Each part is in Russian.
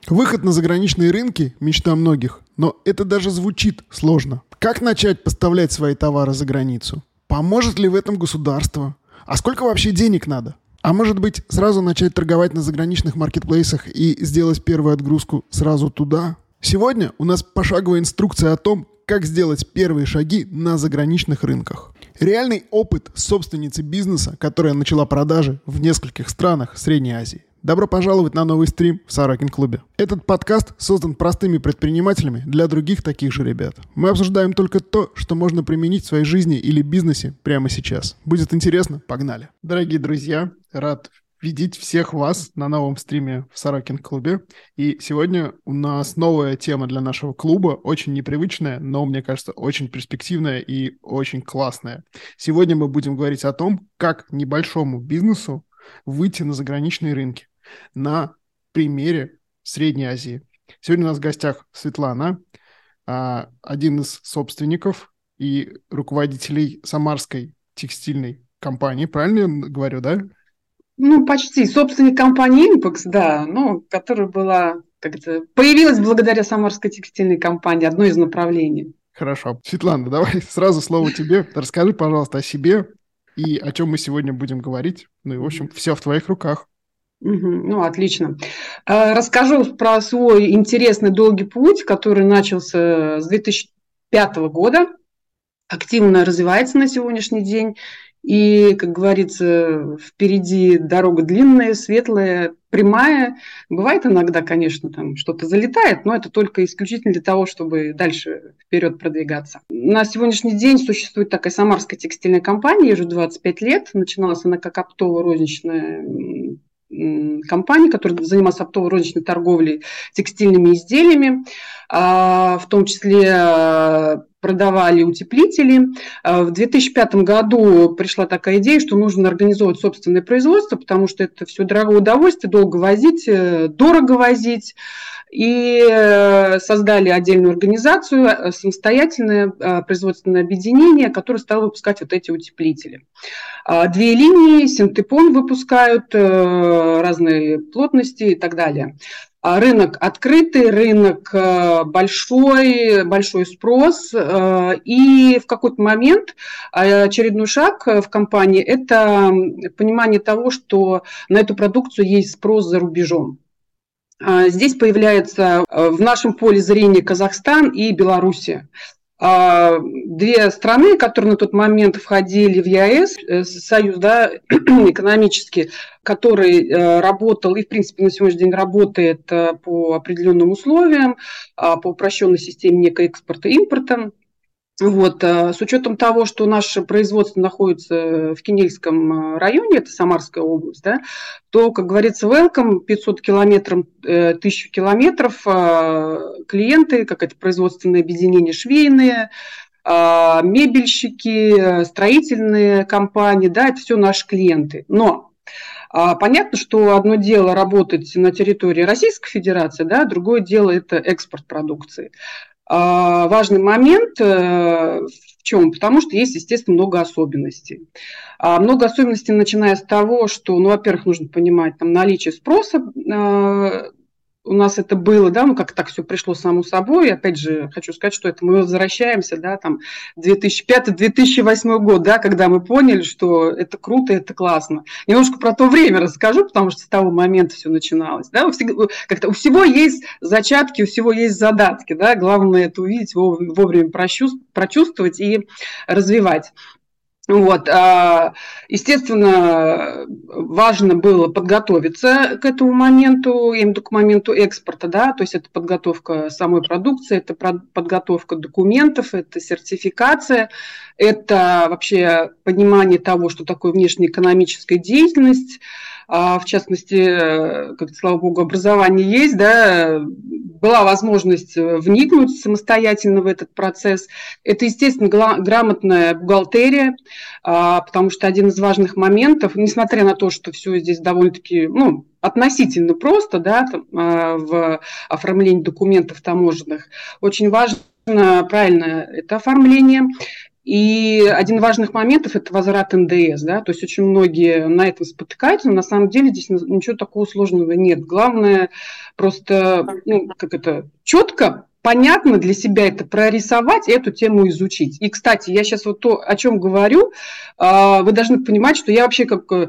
Выход на заграничные рынки – мечта многих, но это даже звучит сложно. Как начать поставлять свои товары за границу? Поможет ли в этом государство? А сколько вообще денег надо? А может быть, сразу начать торговать на заграничных маркетплейсах и сделать первую отгрузку сразу туда? Сегодня у нас пошаговая инструкция о том, как сделать первые шаги на заграничных рынках. Реальный опыт собственницы бизнеса, которая начала продажи в нескольких странах Средней Азии. Добро пожаловать на новый стрим в Сорокин клубе. Этот подкаст создан простыми предпринимателями для других таких же ребят. Мы обсуждаем только то, что можно применить в своей жизни или бизнесе прямо сейчас. Будет интересно? Погнали. Дорогие друзья, рад видеть всех вас на новом стриме в Сорокин клубе. И сегодня у нас новая тема для нашего клуба, очень непривычная, но, мне кажется, очень перспективная и очень классная. Сегодня мы будем говорить о том, как небольшому бизнесу выйти на заграничные рынки на примере Средней Азии. Сегодня у нас в гостях Светлана, один из собственников и руководителей Самарской текстильной компании. Правильно я говорю, да? Ну, почти. Собственник компании Impex, да, которая появилась благодаря Самарской текстильной компании, одно из направлений. Хорошо. Светлана, давай сразу слово тебе. Расскажи, пожалуйста, о себе и о чем мы сегодня будем говорить. Ну и, в общем, все в твоих руках. Ну, отлично. Расскажу про свой интересный долгий путь, который начался с 2005 года, активно развивается на сегодняшний день. И, как говорится, впереди дорога длинная, светлая, прямая. Бывает иногда, конечно, там что-то залетает, но это только исключительно для того, чтобы дальше вперед продвигаться. На сегодняшний день существует такая Самарская текстильная компания, ей уже 25 лет. Начиналась она как оптово-розничная компания, которая занималась оптово-розничной торговлей текстильными изделиями, в том числе продавали утеплители. В 2005 году пришла такая идея, что нужно организовать собственное производство, потому что это все дорогое удовольствие, долго возить, дорого возить. И создали отдельную организацию, самостоятельное производственное объединение, которое стало выпускать вот эти утеплители. 2 линии, синтепон выпускают, разные плотности и так далее. Рынок открытый, рынок большой спрос. И в какой-то момент очередной шаг в компании – это понимание того, что на эту продукцию есть спрос за рубежом. Здесь появляется в нашем поле зрения Казахстан и Белоруссия. 2 страны, которые на тот момент входили в ЕАЭС, союз, да, экономический, который работал и, в принципе, на сегодняшний день работает по определенным условиям, по упрощенной системе некой экспорта и импорта. Вот. С учетом того, что наше производство находится в Кинельском районе, это Самарская область, да, то, как говорится, welcome, 500 километров, 1000 километров, клиенты, как это производственное объединение швейные, мебельщики, строительные компании, да, это все наши клиенты. Но понятно, что одно дело работать на территории Российской Федерации, да, другое дело – это экспорт продукции. Важный момент в чем? Потому что есть, естественно, много особенностей. Много особенностей, начиная с того, что, во-первых, нужно понимать там, наличие спроса. У нас это было, да, как так все пришло само собой. Опять же, хочу сказать, что это мы возвращаемся, да, там 2005-2008 год, да, когда мы поняли, что это круто, это классно. Немножко про то время расскажу, потому что с того момента все начиналось, да. Как-то у всего есть зачатки, у всего есть задатки, да. Главное это увидеть, вовремя прочувствовать и развивать. Вот. Естественно, важно было подготовиться к этому моменту, именно к моменту экспорта, да, то есть это подготовка самой продукции, это подготовка документов, это сертификация, это вообще понимание того, что такое внешнеэкономическая деятельность, в частности, как слава богу, образование есть, да, была возможность вникнуть самостоятельно в этот процесс. Это, естественно, грамотная бухгалтерия, потому что один из важных моментов, несмотря на то, что все здесь довольно-таки, относительно просто, да, в оформлении документов таможенных, очень важно правильно это оформление. И один из важных моментов – это возврат НДС. Да? То есть очень многие на этом спотыкаются, но на самом деле здесь ничего такого сложного нет. Главное просто четко, понятно для себя это прорисовать и эту тему изучить. И, кстати, я сейчас вот то, о чем говорю, вы должны понимать, что я вообще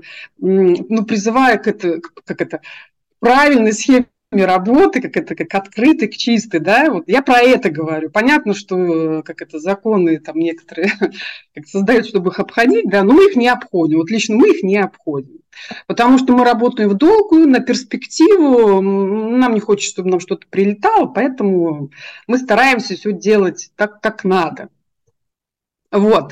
призываю к правильной схеме работы, как открытый, к чистой, да, вот я про это говорю. Понятно, что законы там некоторые создают, чтобы их обходить, да, но мы их не обходим. Вот лично мы их не обходим. Потому что мы работаем в долгую, на перспективу, нам не хочется, чтобы нам что-то прилетало, поэтому мы стараемся все делать так, как надо. Вот.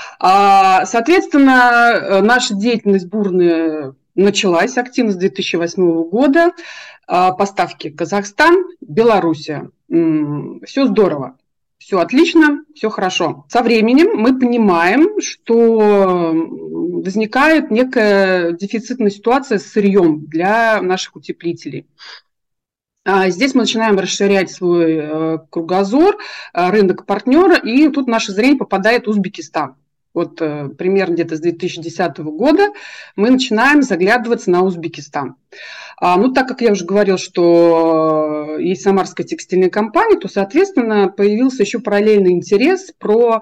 Соответственно, наша деятельность бурная началась активно с 2008 года. Поставки Казахстан, Белоруссия. Все здорово, все отлично, все хорошо. Со временем мы понимаем, что возникает некая дефицитная ситуация с сырьем для наших утеплителей. Здесь мы начинаем расширять свой кругозор, рынок партнера, и тут наше зрение попадает в Узбекистан. Вот примерно где-то с 2010 года мы начинаем заглядываться на Узбекистан. Так как я уже говорила, что есть Самарская текстильная компания, то, соответственно, появился еще параллельный интерес про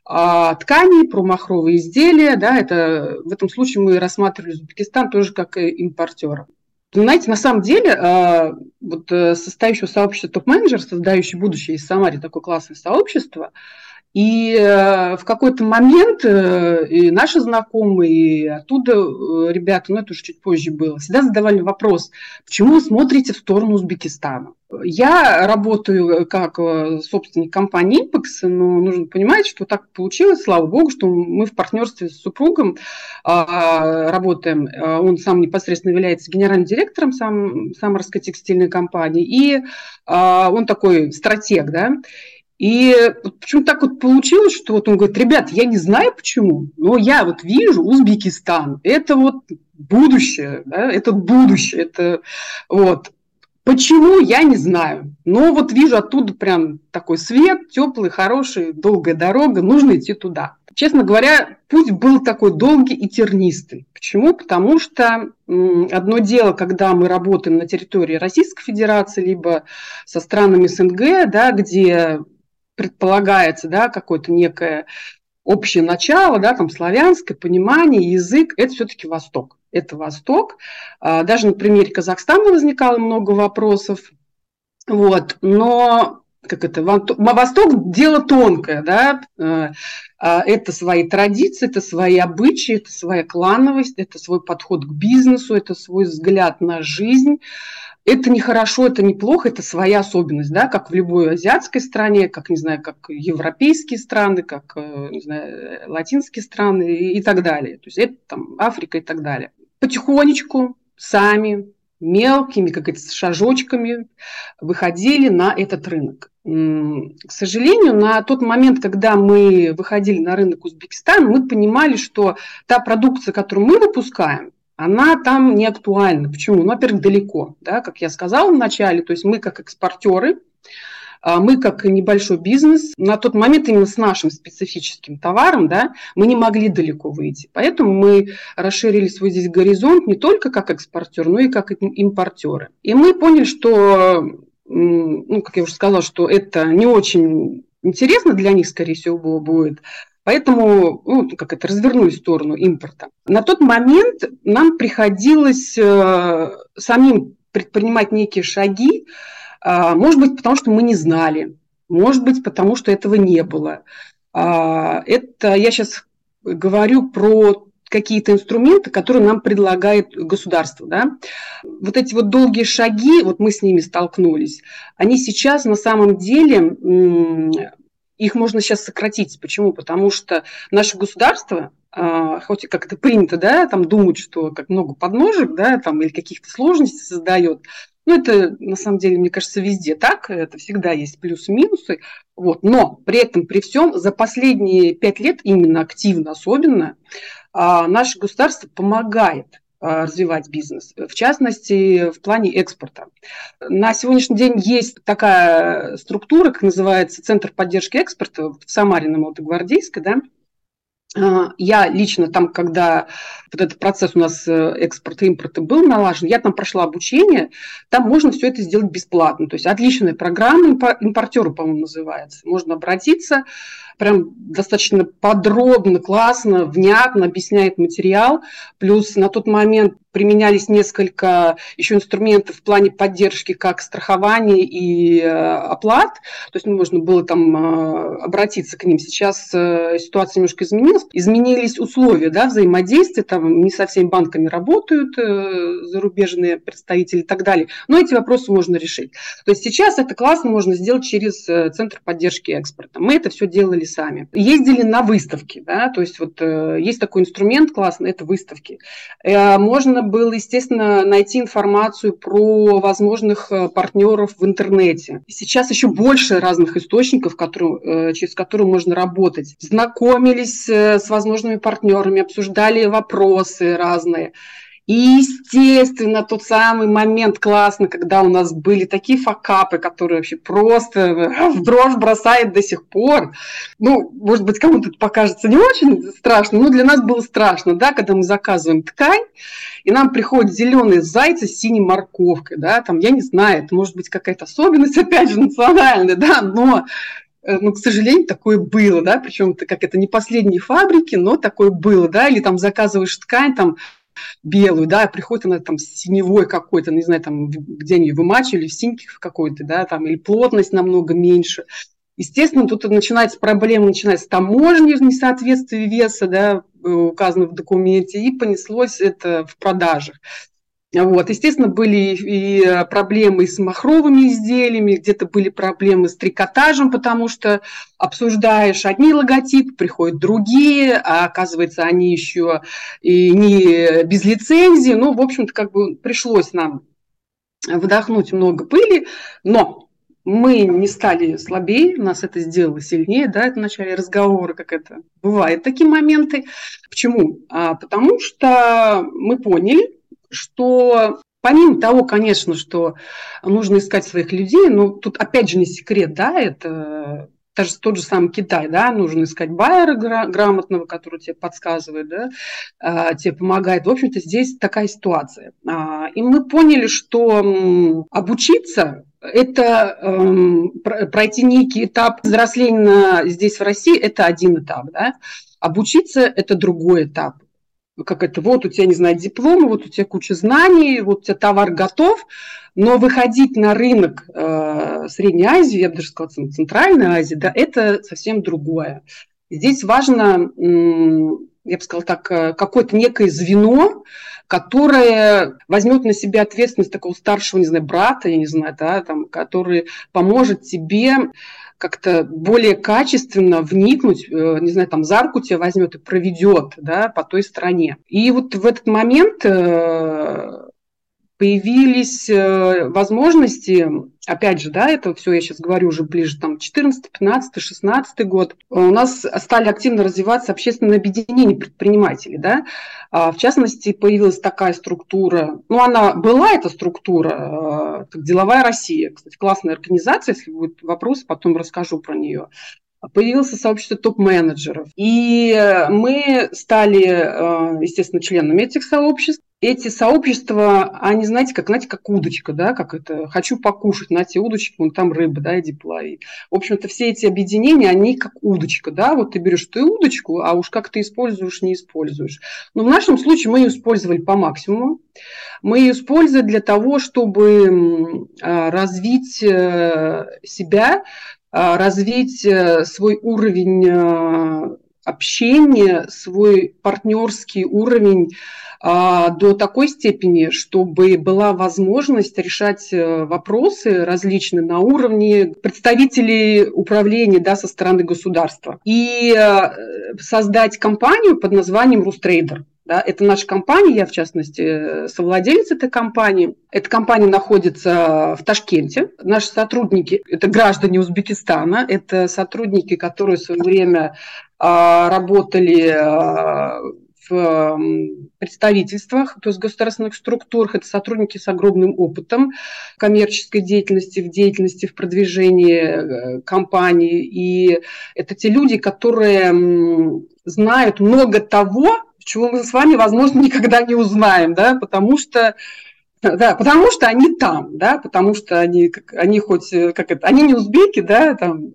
ткани, про махровые изделия. Да, в этом случае мы рассматривали Узбекистан тоже как импортера. Знаете, на самом деле, состоящего сообщества топ-менеджеров, создающее будущее из Самаре, такое классное сообщество, и в какой-то момент и наши знакомые, и оттуда ребята, это уже чуть позже было, всегда задавали вопрос, почему вы смотрите в сторону Узбекистана? Я работаю как собственник компании Impex, но нужно понимать, что так получилось, слава богу, что мы в партнерстве с супругом работаем. Он сам непосредственно является генеральным директором Самарской текстильной компании, и он такой стратег, да. И почему так вот получилось, что он говорит, ребят, я не знаю почему, но я вижу Узбекистан, это будущее, да, это будущее, это вот. Почему, я не знаю, но вижу оттуда прям такой свет, теплый, хороший, долгая дорога, нужно идти туда. Честно говоря, путь был такой долгий и тернистый. Почему? Потому что одно дело, когда мы работаем на территории Российской Федерации, либо со странами СНГ, да, где предполагается, да, какое-то некое общее начало, да, там славянское понимание, язык, это все-таки Восток. Это Восток. Даже на примере Казахстана возникало много вопросов. Но Восток – дело тонкое, да. Это свои традиции, это свои обычаи, это своя клановость, это свой подход к бизнесу, это свой взгляд на жизнь. Это не хорошо, это не плохо, это своя особенность, да, как в любой азиатской стране, как европейские страны, как, латинские страны и так далее. То есть это Африка и так далее. Потихонечку, сами, мелкими, шажочками выходили на этот рынок. К сожалению, на тот момент, когда мы выходили на рынок Узбекистана, мы понимали, что та продукция, которую мы выпускаем, она там не актуальна. Почему? Во-первых, далеко, да, как я сказала в начале, то есть мы как экспортеры, мы как небольшой бизнес, на тот момент именно с нашим специфическим товаром, да, мы не могли далеко выйти. Поэтому мы расширили свой здесь горизонт не только как экспортер, но и как импортеры. И мы поняли, что, как я уже сказала, что это не очень интересно для них, скорее всего, будет. Поэтому развернули в сторону импорта. На тот момент нам приходилось самим предпринимать некие шаги, может быть, потому что мы не знали, может быть, потому что этого не было. Это я сейчас говорю про какие-то инструменты, которые нам предлагает государство. Да? Вот эти долгие шаги, мы с ними столкнулись, они сейчас на самом деле... Их можно сейчас сократить. Почему? Потому что наше государство, хоть и как это принято, да, думать, что как много подножек, да, или каких-то сложностей создает, это на самом деле, мне кажется, везде так, это всегда есть плюсы-минусы, но при этом, при всем, за последние 5 лет, именно активно особенно, наше государство помогает развивать бизнес, в частности, в плане экспорта. На сегодняшний день есть такая структура, как называется Центр поддержки экспорта в Самаре на Молодогвардейской, да. Я лично там, когда вот этот процесс у нас экспорта и импорта был налажен, я там прошла обучение, там можно все это сделать бесплатно. То есть отличная программа, импортеру, по-моему, называется. Можно обратиться, прям достаточно подробно, классно, внятно объясняет материал. Плюс на тот момент применялись несколько еще инструментов в плане поддержки, как страхование и оплат. То есть можно было там обратиться к ним. Сейчас ситуация немножко изменилась. Изменились условия, да, взаимодействия. Там не со всеми банками работают зарубежные представители и так далее. Но эти вопросы можно решить. То есть сейчас это классно можно сделать через Центр поддержки экспорта. Мы это все делали сами. Ездили на выставки. Да, то есть вот есть такой инструмент классный, это выставки. Можно было, естественно, найти информацию про возможных партнеров в интернете. Сейчас еще больше разных источников, через которые можно работать. Знакомились с возможными партнерами, обсуждали вопросы разные. И, естественно, тот самый момент классно, когда у нас были такие факапы, которые вообще просто в дрожь бросает до сих пор. Ну, может быть, кому-то это покажется не очень страшно, но для нас было страшно, да, когда мы заказываем ткань, и нам приходят зеленые зайцы с синей морковкой, да, там, я не знаю, это может быть какая-то особенность, опять же, национальная, да, но... Ну, к сожалению, такое было, да, причем это не последние фабрики, но такое было, да, или там заказываешь ткань, там, белую, да, приходит она там синевой какой-то, не знаю, там, где они ее вымачивали, в синьке какой-то, да, там, или плотность намного меньше. Естественно, тут начинается проблема, начинается с таможни, несоответствие веса, да, указано в документе, и понеслось это в продажах. Вот. Естественно, были и проблемы с махровыми изделиями, где-то были проблемы с трикотажем, потому что обсуждаешь одни логотипы, приходят другие, а оказывается, они еще и не без лицензии. Ну, в общем-то, как бы пришлось нам вдохнуть много пыли, но мы не стали слабее, нас это сделало сильнее, да, это в начале разговора, как это бывает, такие моменты. Почему? Потому что мы поняли, что помимо того, конечно, что нужно искать своих людей, но тут опять же не секрет, да, это даже тот же самый Китай, да, нужно искать байера грамотного, который тебе подсказывает, да, тебе помогает. В общем-то, здесь такая ситуация. И мы поняли, что обучиться – это пройти некий этап взросления здесь, в России, это один этап, да, обучиться – это другой этап. Как это, вот у тебя, не знаю, диплом, вот у тебя куча знаний, вот у тебя товар готов, но выходить на рынок Средней Азии, я бы даже сказала, Центральной Азии, да, это совсем другое. Здесь важно, я бы сказала так, какое-то некое звено, которое возьмет на себя ответственность такого старшего, не знаю, брата, я не знаю, да, там, который поможет тебе как-то более качественно вникнуть, не знаю, там за руку тебя возьмет и проведет, да, по той стране. И вот в этот момент появились возможности, опять же, да, это все я сейчас говорю уже ближе, там, 14, 15, 16 год, у нас стали активно развиваться общественные объединения предпринимателей, да, в частности, появилась такая структура, ну, она была, эта структура, как «Деловая Россия», кстати, классная организация, если будут вопросы, потом расскажу про нее. Появилось сообщество топ-менеджеров. И мы стали, естественно, членами этих сообществ. Эти сообщества, они, знаете, как удочка, да, как это, хочу покушать, на те удочки, вон там рыба, да, иди плави. В общем-то, все эти объединения, они как удочка, да, вот ты берешь ты удочку, а уж как ты используешь, не используешь. Но в нашем случае мы ее использовали по максимуму. Мы ее использовали для того, чтобы развить себя, развить свой уровень общения, свой партнерский уровень до такой степени, чтобы была возможность решать вопросы различные на уровне представителей управления, да, со стороны государства. И создать компанию под названием «Рустрейдер». Да, это наша компания, я, в частности, совладелец этой компании. Эта компания находится в Ташкенте. Наши сотрудники – это граждане Узбекистана, это сотрудники, которые в свое время работали в представительствах, то есть государственных структурах. Это сотрудники с огромным опытом коммерческой деятельности, в продвижении компании. И это те люди, которые знают много того, чего мы с вами, возможно, никогда не узнаем, да, потому что они там, да, потому что они хоть, они не узбеки, да, там,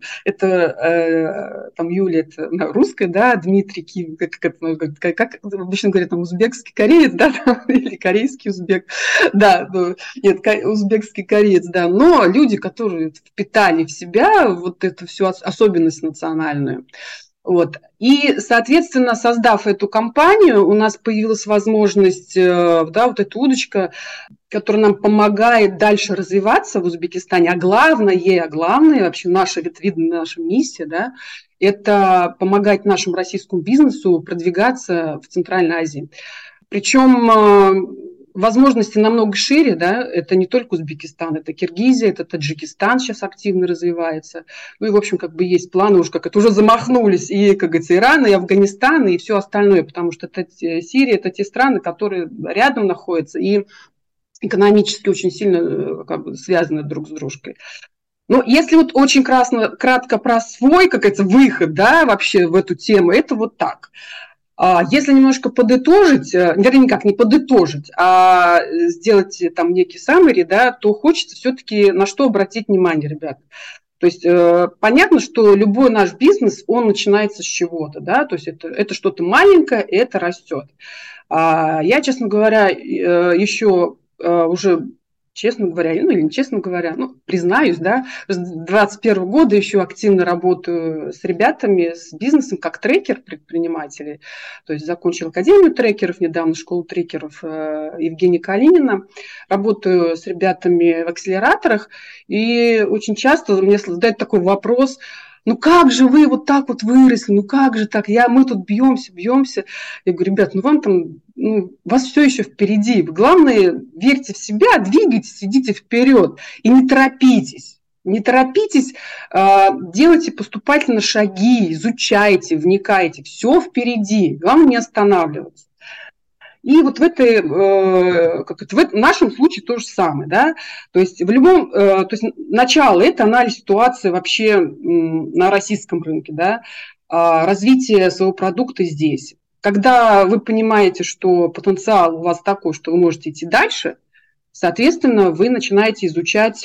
это, там, Юля, это русская, да, Дмитрий, как обычно говорят, там, узбекский кореец, да, там, или корейский узбек, да, нет, узбекский кореец, да, но люди, которые впитали в себя вот эту всю особенность национальную. Вот. И, соответственно, создав эту компанию, у нас появилась возможность, да, вот эта удочка, которая нам помогает дальше развиваться в Узбекистане. А главное, вообще наша миссия, да, это помогать нашему российскому бизнесу продвигаться в Центральной Азии. Причем возможности намного шире, да, это не только Узбекистан, это Киргизия, это Таджикистан сейчас активно развивается. Ну и, в общем, как бы есть планы, уже замахнулись и, как говорится, Иран, и Афганистан, и все остальное, потому что это Сирия, это те страны, которые рядом находятся и экономически очень сильно как бы связаны друг с дружкой. Но если вот очень кратко про свой, как говорится, выход, да, вообще в эту тему, это вот так. Если немножко подытожить, вернее, никак не подытожить, а сделать там некий summary, да, то хочется все-таки на что обратить внимание, ребят. То есть понятно, что любой наш бизнес, он начинается с чего-то, да, то есть это что-то маленькое, и это растет. Я, честно говоря, еще уже... Честно говоря, ну или не честно говоря, ну, признаюсь, да, с 2021 года еще активно работаю с ребятами, с бизнесом, как трекер предпринимателей. То есть закончил Академию трекеров, недавно школу трекеров Евгения Калинина. Работаю с ребятами в акселераторах, и очень часто мне задают такой вопрос: ну как же вы вот так вот выросли, ну как же так, мы тут бьемся. Я говорю: ребят, вам там, у вас все еще впереди. Главное, верьте в себя, двигайтесь, идите вперед и не торопитесь. Не торопитесь, делайте поступательно шаги, изучайте, вникайте. Все впереди, главное не останавливаться. И вот в нашем случае то же самое, да, то есть начало – это анализ ситуации вообще на российском рынке, да, развитие своего продукта здесь. Когда вы понимаете, что потенциал у вас такой, что вы можете идти дальше, соответственно, вы начинаете изучать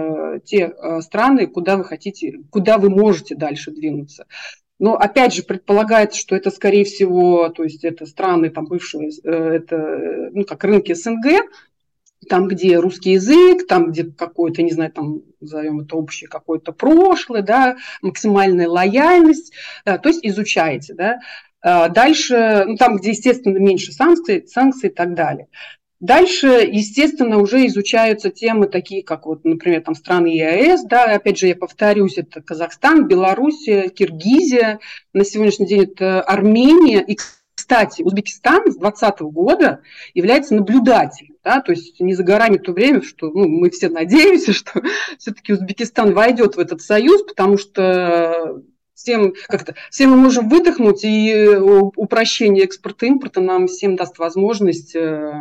те страны, куда вы можете дальше двинуться. Но опять же предполагается, что это, скорее всего, то есть это страны там бывшие, это, как рынки СНГ, там, где русский язык, там, где какое-то, не знаю, там, назовем это общее какое-то прошлое, да, максимальная лояльность, да, то есть изучаете, да. Дальше, там, где, естественно, меньше санкций и так далее. Дальше, естественно, уже изучаются темы такие, как, вот, например, там, страны ЕАЭС, да, опять же, я повторюсь, это Казахстан, Белоруссия, Киргизия, на сегодняшний день это Армения. И, кстати, Узбекистан с 2020 года является наблюдателем, да, то есть не за горами то время, что мы все надеемся, что все-таки Узбекистан войдет в этот союз, потому что всем мы можем выдохнуть, и упрощение экспорта-импорта нам всем даст возможность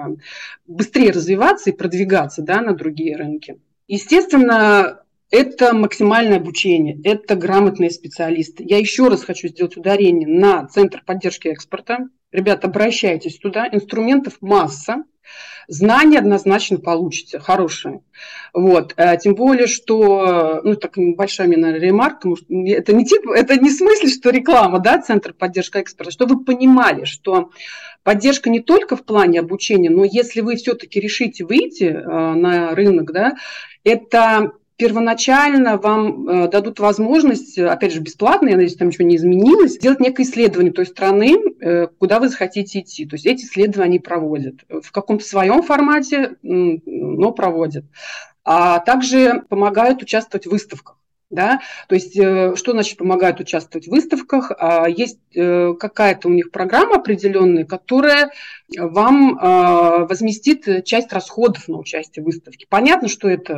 быстрее развиваться и продвигаться, да, на другие рынки. Естественно, это максимальное обучение, это грамотные специалисты. Я еще раз хочу сделать ударение на Центр поддержки экспорта. Ребята, обращайтесь туда, инструментов масса. Знания однозначно получите, хорошие. Вот. Тем более, что, так небольшая у меня ремарка, это не в смысле, что реклама, да, Центр поддержки экспорта, что вы понимали, что поддержка не только в плане обучения, но если вы все-таки решите выйти на рынок, да, это первоначально вам дадут возможность, опять же, бесплатно, я надеюсь, там ничего не изменилось, сделать некое исследование той страны, куда вы захотите идти. То есть эти исследования они проводят в каком-то своем формате, но проводят. А также помогают участвовать в выставках. Да? То есть, что значит помогают участвовать в выставках? Есть какая-то у них программа определенная, которая вам возместит часть расходов на участие в выставке. Понятно, что это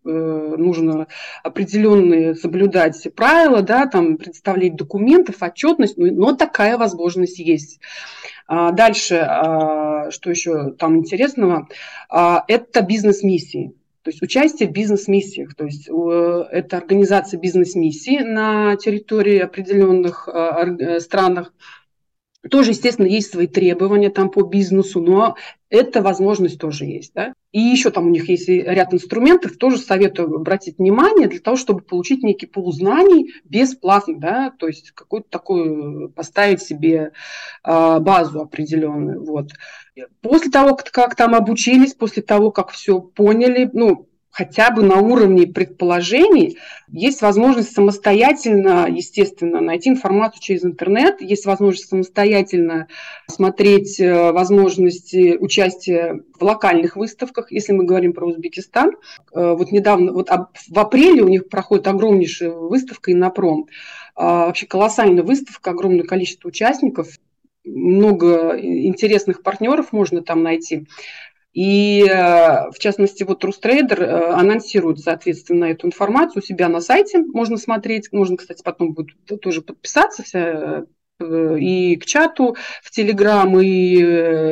нужно определенные соблюдать правила, да, там представлять документов, отчетность, но такая возможность есть. Дальше, что еще там интересного, это бизнес-миссии. То есть участие в бизнес-миссиях, то есть это организация бизнес-миссий на территории определенных странах. Тоже, естественно, есть свои требования там по бизнесу, но эта возможность тоже есть. Да? И еще там у них есть ряд инструментов, тоже советую обратить внимание для того, чтобы получить некий пул знаний бесплатно, да? То есть какую-то такую поставить себе базу определенную. Вот. После того, как там обучились, после того, как все поняли, хотя бы на уровне предположений, есть возможность самостоятельно, естественно, найти информацию через интернет, есть возможность самостоятельно смотреть возможности участия в локальных выставках, если мы говорим про Узбекистан. Вот недавно, в апреле у них проходит огромнейшая выставка «Иннопром». Вообще колоссальная выставка, огромное количество участников, много интересных партнеров можно там найти. И, в частности, вот Рустрейдер анонсирует, соответственно, эту информацию у себя на сайте. Можно смотреть, можно, кстати, потом будет тоже подписаться и к чату в Телеграм, и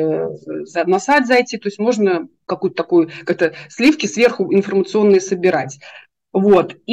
на сайт зайти. То есть можно какую-то такую, как-то сливки сверху информационные собирать. Вот. И,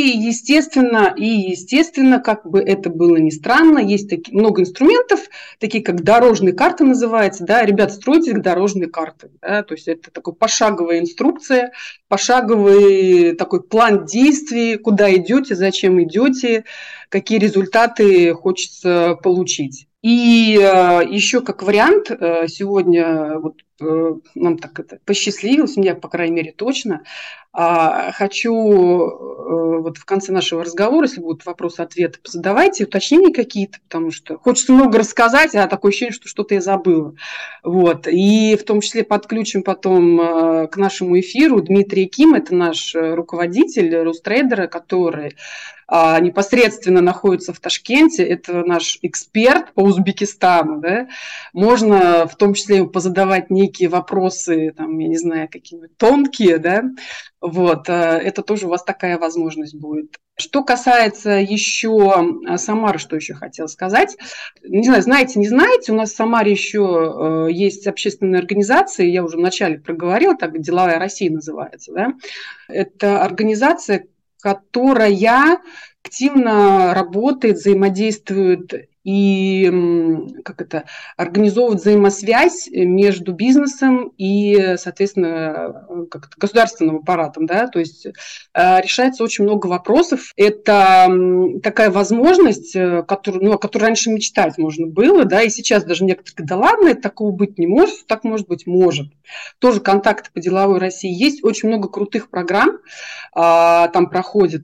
естественно, как бы это было ни странно, есть много инструментов, такие как дорожные карты называются, да, ребят, стройте дорожные карты, да, то есть это такая пошаговая инструкция, пошаговый такой план действий, куда идете, зачем идете, какие результаты хочется получить. И еще как вариант, сегодня нам так это посчастливилось, мне, по крайней мере, точно. Хочу вот в конце нашего разговора, если будут вопросы-ответы, задавайте, уточнения какие-то, потому что хочется много рассказать, а такое ощущение, что что-то я забыла. Вот. И в том числе подключим потом к нашему эфиру Дмитрия Ким, это наш руководитель Рустрейдера, который непосредственно находится в Ташкенте, это наш эксперт по Узбекистану, да? Можно в том числе позадавать некие вопросы, там, я не знаю, какие-нибудь тонкие, да, вот, это тоже у вас такая возможность будет. Что касается еще Самары, что еще хотела сказать, не знаю, знаете, не знаете, у нас в Самаре еще есть общественная организация, я уже вначале проговорила, так «Деловая Россия» называется, да, это организация, которая активно работает, взаимодействует и организовывает взаимосвязь между бизнесом и, соответственно, государственным аппаратом. Да? То есть решается очень много вопросов. Это такая возможность, о которой раньше мечтать можно было, да, и сейчас даже некоторые говорят, да ладно, это такого быть не может, так может быть может. Тоже контакты по деловой России есть, очень много крутых программ там проходит,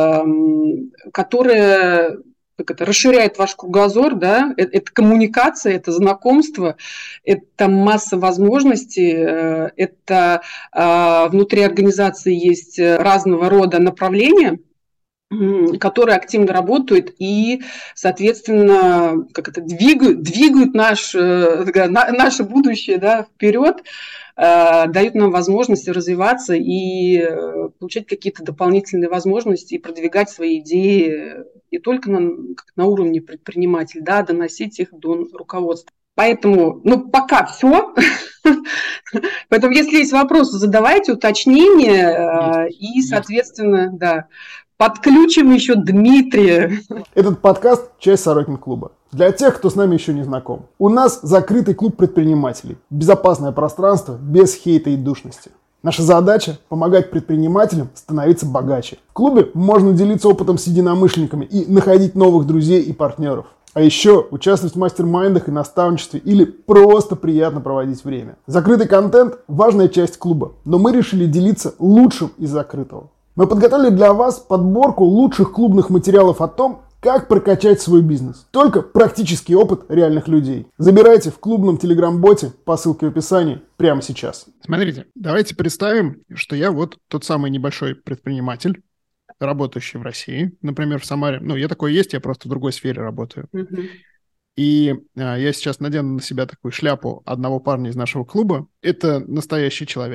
которые расширяет ваш кругозор, да, это коммуникация, это знакомство, это масса возможностей, это внутри организации есть разного рода направления, которые активно работают и, соответственно, двигают наше будущее, да, вперед, дают нам возможность развиваться и получать какие-то дополнительные возможности и продвигать свои идеи не только на уровне предпринимателя, да, доносить их до руководства. Поэтому, пока все. Поэтому, если есть вопросы, задавайте уточнения и, соответственно, да, подключим еще Дмитрия. Этот подкаст – часть Сорокин клуба. Для тех, кто с нами еще не знаком. У нас закрытый клуб предпринимателей. Безопасное пространство, без хейта и душности. Наша задача – помогать предпринимателям становиться богаче. В клубе можно делиться опытом с единомышленниками и находить новых друзей и партнеров. А еще участвовать в мастер-майндах и наставничестве или просто приятно проводить время. Закрытый контент – важная часть клуба, но мы решили делиться лучшим из закрытого. Мы подготовили для вас подборку лучших клубных материалов о том, как прокачать свой бизнес. Только практический опыт реальных людей. Забирайте в клубном телеграм-боте по ссылке в описании прямо сейчас. Смотрите, давайте представим, что я вот тот самый небольшой предприниматель, работающий в России, например, в Самаре. Я такой есть, я просто в другой сфере работаю. И я сейчас надену на себя такую шляпу одного парня из нашего клуба. Это настоящий человек,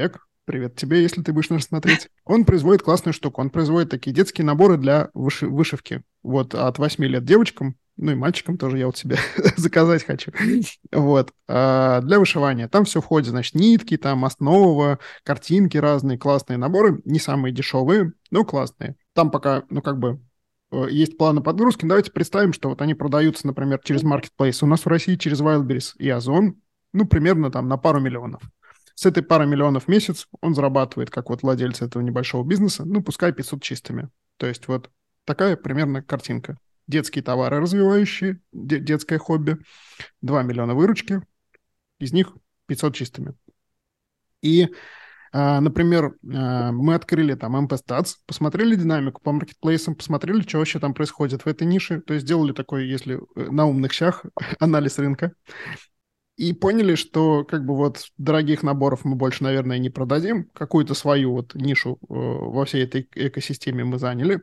Привет тебе, если ты будешь нас смотреть. Он производит классную штуку. Он производит такие детские наборы для вышивки. Вот от 8 лет девочкам, ну и мальчикам тоже я вот себе заказать хочу. Вот. Для вышивания. Там все входит, значит, нитки, там основа, картинки разные, классные наборы. Не самые дешевые, но классные. Там пока, ну как бы, есть планы подгрузки. Давайте представим, что вот они продаются, например, через Marketplace. У нас в России через Wildberries и Озон, ну, примерно там на пару миллионов. С этой пары миллионов в месяц он зарабатывает, как вот владелец этого небольшого бизнеса, ну, пускай 500 чистыми. То есть вот такая примерно картинка. Детские товары развивающие, детское хобби, 2 миллиона выручки, из них 500 чистыми. И, например, мы открыли там MP-Stats, посмотрели динамику по маркетплейсам, посмотрели, что вообще там происходит в этой нише, то есть сделали такой, если на умных щах, анализ рынка. И поняли, что как бы вот дорогих наборов мы больше, наверное, не продадим. Какую-то свою вот нишу во всей этой экосистеме мы заняли.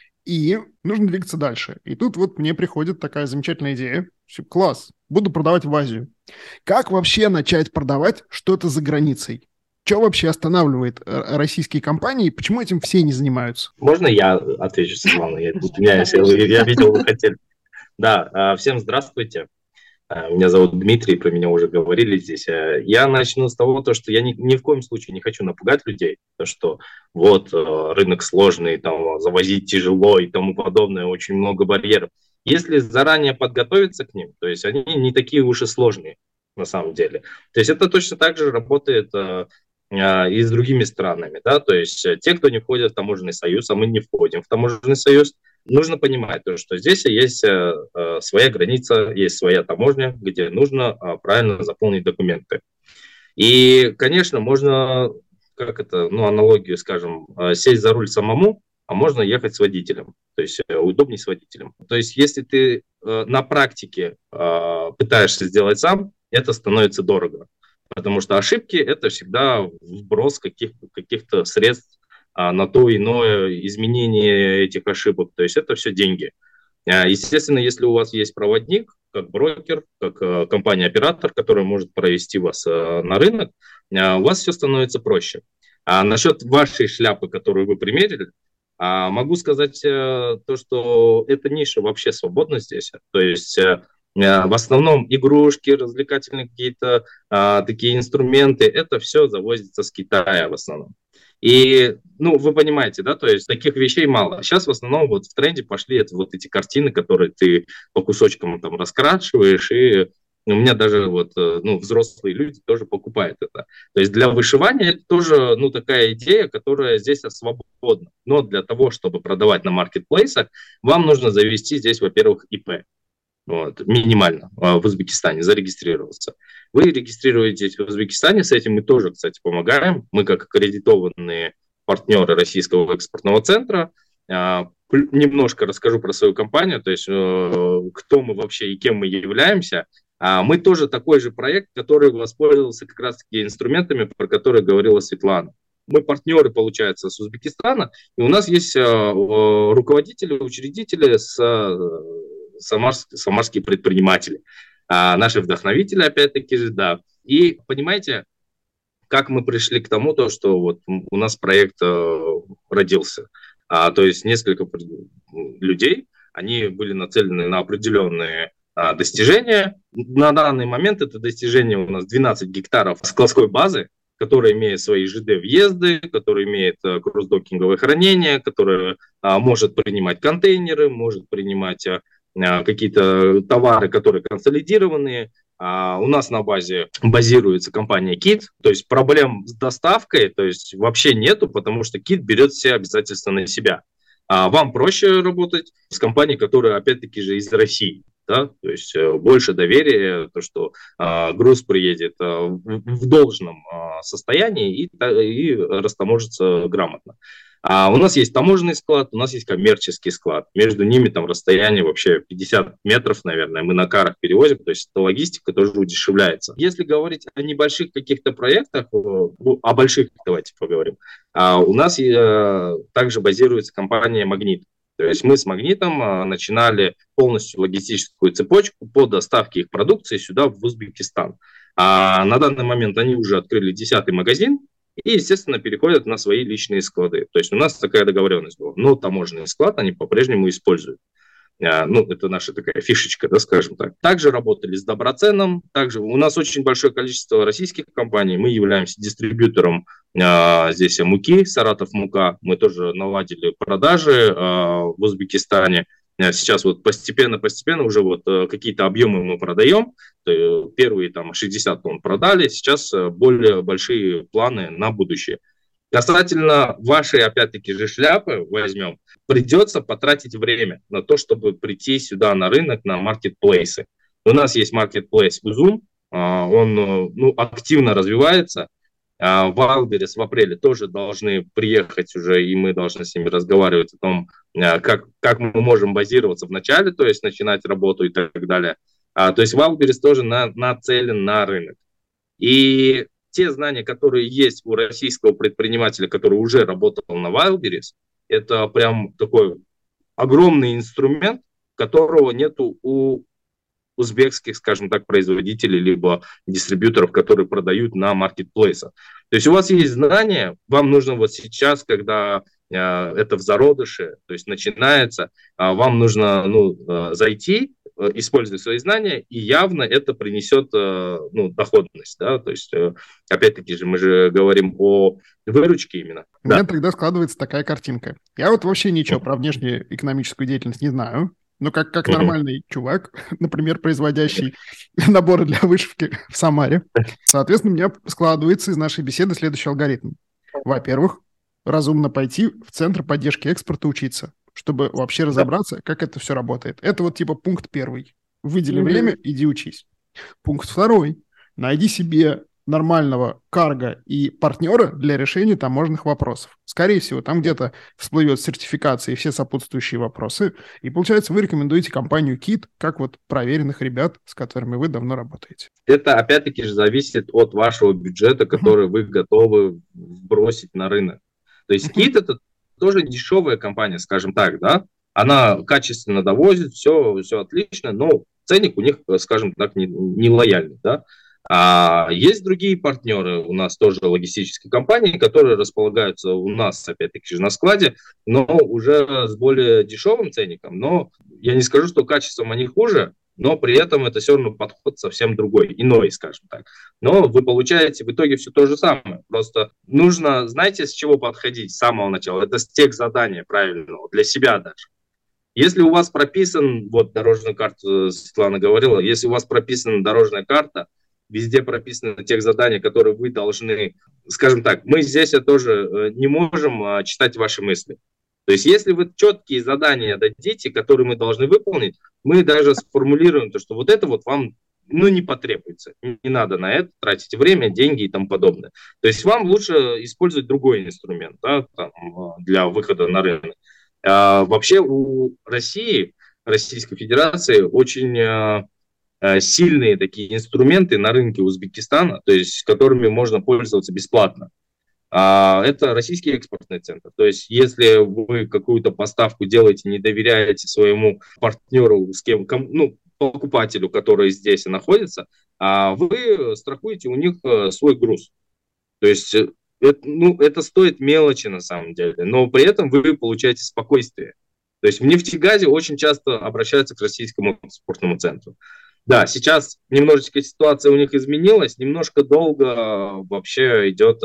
И нужно двигаться дальше. И тут вот мне приходит такая замечательная идея. Класс, буду продавать в Азию. Как вообще начать продавать что-то за границей? Что вообще останавливает российские компании? Почему этим все не занимаются? Можно я отвечу, Светлана? Я видел, вы хотели. Да, всем здравствуйте. Меня зовут Дмитрий, про меня уже говорили здесь. Я начну с того, что я ни в коем случае не хочу напугать людей, то что вот рынок сложный, там завозить тяжело и тому подобное, очень много барьеров. Если заранее подготовиться к ним, то есть они не такие уж и сложные на самом деле. То есть это точно так же работает и с другими странами, да, то есть те, кто не входит в таможенный союз, а мы не входим в таможенный союз, нужно понимать, что здесь есть своя граница, есть своя таможня, где нужно правильно заполнить документы. И, конечно, можно, аналогию, скажем, сесть за руль самому, а можно ехать с водителем, то есть удобнее с водителем. То есть если ты на практике пытаешься сделать сам, это становится дорого, потому что ошибки – это всегда вброс каких-то средств на то иное изменение этих ошибок. То есть это все деньги. Естественно, если у вас есть проводник, как брокер, как компания-оператор, которая может провести вас на рынок, у вас все становится проще. А насчет вашей шляпы, которую вы примерили, могу сказать то, что эта ниша вообще свободна здесь. То есть в основном игрушки, развлекательные какие-то такие инструменты, это все завозится с Китая в основном. И, вы понимаете, да, то есть таких вещей мало. Сейчас в основном вот в тренде пошли вот эти картины, которые ты по кусочкам там раскрашиваешь, и у меня даже взрослые люди тоже покупают это. То есть для вышивания это тоже, такая идея, которая здесь свободна. Но для того, чтобы продавать на маркетплейсах, вам нужно завести здесь, во-первых, ИП. Минимально в Узбекистане зарегистрироваться. Вы регистрируетесь в Узбекистане, с этим мы тоже, кстати, помогаем. Мы как аккредитованные партнеры Российского экспортного центра. Немножко расскажу про свою компанию, то есть кто мы вообще и кем мы являемся. Мы тоже такой же проект, который воспользовался как раз-таки инструментами, про которые говорила Светлана. Мы партнеры, получается, с Узбекистана, и у нас есть руководители, учредители самарские предприниматели, наши вдохновители, опять-таки же, да. И понимаете, как мы пришли к тому, что вот у нас проект родился. То есть несколько людей, они были нацелены на определенные достижения. На данный момент это достижение у нас 12 гектаров складской базы, которая имеет свои ЖД-въезды, которая имеет кросс-докинговое хранение, которая может принимать контейнеры, может принимать какие-то товары, которые консолидированные. У нас на базе базируется компания KIT, то есть проблем с доставкой то есть вообще нету, потому что KIT берет все обязательства на себя. Вам проще работать с компанией, которая опять-таки же из России. Да? То есть больше доверия, то, что груз приедет в должном состоянии и растаможится грамотно. У нас есть таможенный склад, у нас есть коммерческий склад. Между ними там расстояние вообще 50 метров, наверное, мы на карах перевозим, то есть логистика тоже удешевляется. Если говорить о небольших каких-то проектах, о больших давайте поговорим, у нас также базируется компания «Магнит». То есть мы с «Магнитом» начинали полностью логистическую цепочку по доставке их продукции сюда, в Узбекистан. На данный момент они уже открыли 10-й магазин, и, естественно, переходят на свои личные склады. То есть у нас такая договоренность была. Но таможенный склад они по-прежнему используют. Ну, это наша такая фишечка, да, скажем так. Также работали с Доброценом. Также у нас очень большое количество российских компаний. Мы являемся дистрибьютором здесь муки, Саратов мука. Мы тоже наладили продажи в Узбекистане. Сейчас вот постепенно уже вот какие-то объемы мы продаем. Первые там 60 тонн продали. Сейчас более большие планы на будущее. Касательно вашей, опять-таки, же шляпы возьмем, придется потратить время на то, чтобы прийти сюда на рынок, на маркетплейсы. У нас есть маркетплейс Узум, он активно развивается. Wildberries в апреле тоже должны приехать уже, и мы должны с ними разговаривать о том, как мы можем базироваться в начале, то есть начинать работу и так далее. То есть Wildberries тоже нацелен на рынок. И те знания, которые есть у российского предпринимателя, который уже работал на Wildberries, это прям такой огромный инструмент, которого нету у узбекских, скажем так, производителей, либо дистрибьюторов, которые продают на маркетплейсах. То есть у вас есть знания, вам нужно вот сейчас, когда это в зародыше, то есть начинается, вам нужно зайти, использовать свои знания, и явно это принесет доходность. Да? То есть, опять-таки же, мы же говорим о выручке именно. У меня тогда складывается такая картинка. Я вот вообще ничего про внешнюю экономическую деятельность не знаю. Но как нормальный чувак, например, производящий наборы для вышивки в Самаре, соответственно, у меня складывается из нашей беседы следующий алгоритм. Во-первых, разумно пойти в Центр поддержки экспорта учиться, чтобы вообще разобраться, как это все работает. Это вот типа пункт первый. Выдели время, иди учись. Пункт второй. Найди себе нормального карго и партнера для решения таможенных вопросов. Скорее всего, там где-то всплывет сертификация и все сопутствующие вопросы. И, получается, вы рекомендуете компанию KIT как вот проверенных ребят, с которыми вы давно работаете. Это, опять-таки же, зависит от вашего бюджета, который вы готовы бросить на рынок. То есть KIT – это тоже дешевая компания, скажем так, да? Она качественно довозит, все отлично, но ценник у них, скажем так, не лояльный, да? А есть другие партнеры, у нас тоже логистические компании, которые располагаются у нас, опять-таки же, на складе, но уже с более дешевым ценником. Но я не скажу, что качеством они хуже, но при этом это все равно подход совсем другой, иной, скажем так. Но вы получаете в итоге все то же самое. Просто нужно, знаете, с чего подходить с самого начала? Это с тех задания правильного, для себя даже. Если у вас прописан, вот дорожную карту Светлана говорила, если у вас прописана дорожная карта, везде прописаны тех заданий, которые вы должны, скажем так, мы здесь тоже не можем читать ваши мысли. То есть если вы четкие задания дадите, которые мы должны выполнить, мы даже сформулируем то, что вот это вот вам не потребуется. Не надо на это тратить время, деньги и тому подобное. То есть вам лучше использовать другой инструмент, да, для выхода на рынок. Вообще у России, Российской Федерации очень сильные такие инструменты на рынке Узбекистана, то есть которыми можно пользоваться бесплатно. Это российский экспортный центр. То есть если вы какую-то поставку делаете, не доверяете своему партнеру, покупателю, который здесь находится, вы страхуете у них свой груз. То есть это стоит мелочи на самом деле, но при этом вы получаете спокойствие. То есть в нефтегазе очень часто обращаются к российскому экспортному центру. Да, сейчас немножечко ситуация у них изменилась, немножко долго вообще идет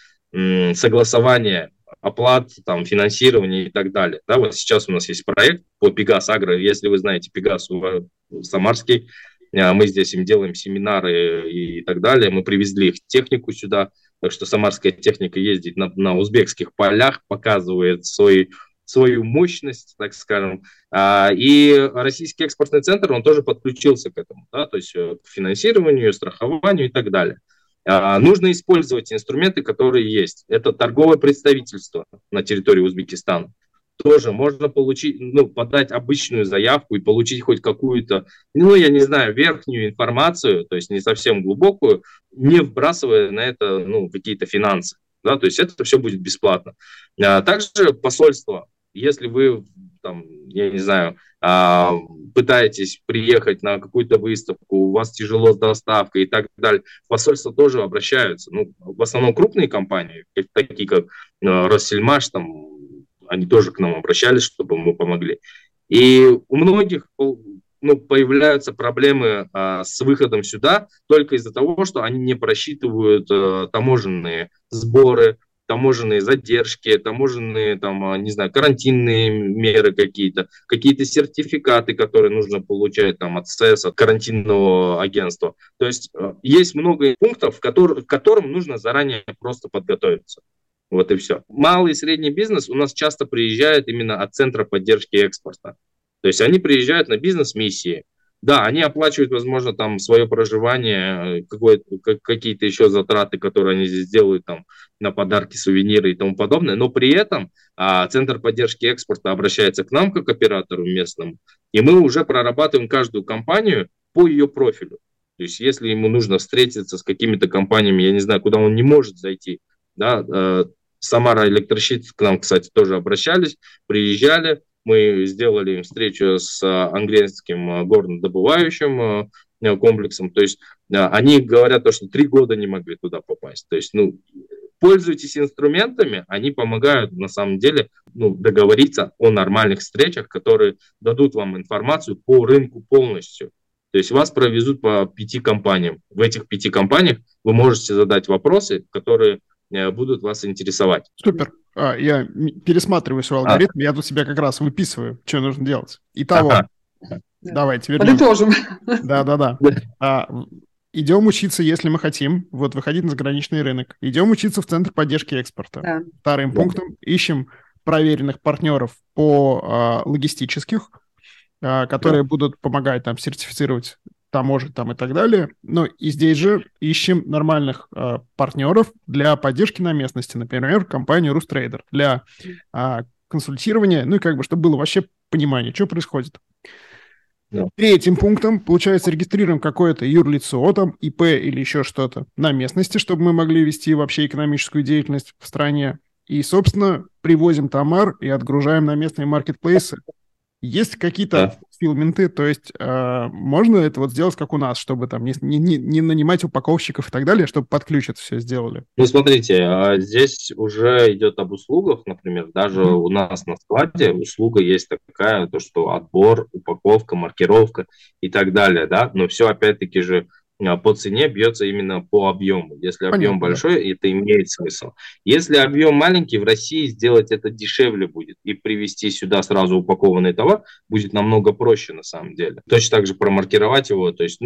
согласование оплат, финансирование и так далее. Да, вот сейчас у нас есть проект по Пегас Агро, если вы знаете Пегас Самарский, мы здесь им делаем семинары и так далее, мы привезли их технику сюда, так что самарская техника ездит на узбекских полях, показывает свою мощность, так скажем. И Российский экспортный центр, он тоже подключился к этому, да, то есть к финансированию, страхованию и так далее. Нужно использовать инструменты, которые есть. Это торговое представительство на территории Узбекистана. Тоже можно получить, подать обычную заявку и получить хоть какую-то, я не знаю, верхнюю информацию, то есть не совсем глубокую, не вбрасывая на это, какие-то финансы. Да, то есть это все будет бесплатно. Также посольство. Если вы там, я не знаю, пытаетесь приехать на какую-то выставку, у вас тяжело с доставкой и так далее, в посольство тоже обращаются. Ну, в основном крупные компании, такие как Россельмаш, там, они тоже к нам обращались, чтобы мы помогли. И у многих появляются проблемы с выходом сюда только из-за того, что они не просчитывают таможенные сборы, таможенные задержки, таможенные, там, не знаю, карантинные меры какие-то сертификаты, которые нужно получать там, от СЭС, от карантинного агентства. То есть есть много пунктов, к которым нужно заранее просто подготовиться. Вот и все. Малый и средний бизнес у нас часто приезжает именно от Центра поддержки экспорта. То есть они приезжают на бизнес-миссии. Да, они оплачивают, возможно, там свое проживание, какие-то еще затраты, которые они здесь делают там, на подарки, сувениры и тому подобное. Но при этом Центр поддержки экспорта обращается к нам, как оператору местному, и мы уже прорабатываем каждую компанию по ее профилю. То есть если ему нужно встретиться с какими-то компаниями, я не знаю, куда он не может зайти, да, Самара Электрощит к нам, кстати, тоже обращались, приезжали, мы сделали им встречу с английским горнодобывающим комплексом. То есть они говорят, что 3 года не могли туда попасть. То есть, пользуйтесь инструментами, они помогают на самом деле договориться о нормальных встречах, которые дадут вам информацию по рынку полностью. То есть вас провезут по 5 компаниям. В этих 5 компаниях вы можете задать вопросы, которые будут вас интересовать. Супер. Я пересматриваю свой алгоритм, я тут себя как раз выписываю, что нужно делать. Итого, давайте вернемся. Подытожим. Да. Идем учиться, если мы хотим, выходить на заграничный рынок. Идем учиться в Центр поддержки экспорта. Да. Вторым пунктом ищем проверенных партнеров по логистических, которые будут помогать там сертифицировать таможен там и так далее. Ну и здесь же ищем нормальных партнеров для поддержки на местности, например, компанию Рустрейдер, для консультирования, чтобы было вообще понимание, что происходит. Да. Третьим пунктом, получается, регистрируем какое-то юрлицо, там, ИП или еще что-то на местности, чтобы мы могли вести вообще экономическую деятельность в стране. И, собственно, привозим товар и отгружаем на местные маркетплейсы. Есть какие-то филменты, то есть можно это сделать, как у нас, чтобы там не нанимать упаковщиков и так далее, чтобы под ключ это все сделали? Смотрите, здесь уже идет об услугах, например, даже у нас на складе услуга есть такая, то что отбор, упаковка, маркировка и так далее, да, но все опять-таки же по цене бьется именно по объему. Если объем большой, это имеет смысл. Если объем маленький, в России сделать это дешевле будет. И привезти сюда сразу упакованный товар будет намного проще на самом деле. Точно так же промаркировать его. То есть,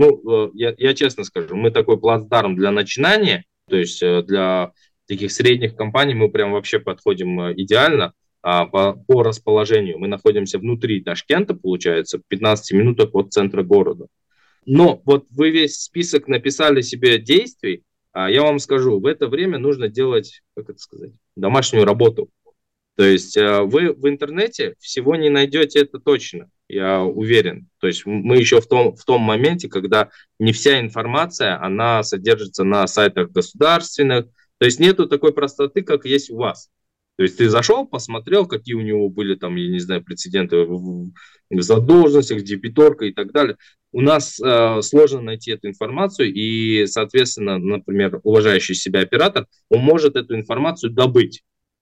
я честно скажу, мы такой плацдарм для начинания, то есть для таких средних компаний мы прям вообще подходим идеально. По расположению мы находимся внутри Ташкента, получается, в 15 минутах от центра города. Но вы весь список написали себе действий, я вам скажу, в это время нужно делать, домашнюю работу. То есть вы в интернете всего не найдете, это точно, я уверен. То есть мы еще в том моменте, когда не вся информация, она содержится на сайтах государственных. То есть нету такой простоты, как есть у вас. То есть ты зашел, посмотрел, какие у него были там, я не знаю, прецеденты в задолженностях, дебиторка и так далее. У нас сложно найти эту информацию, и, соответственно, например, уважающий себя оператор, он может эту информацию добыть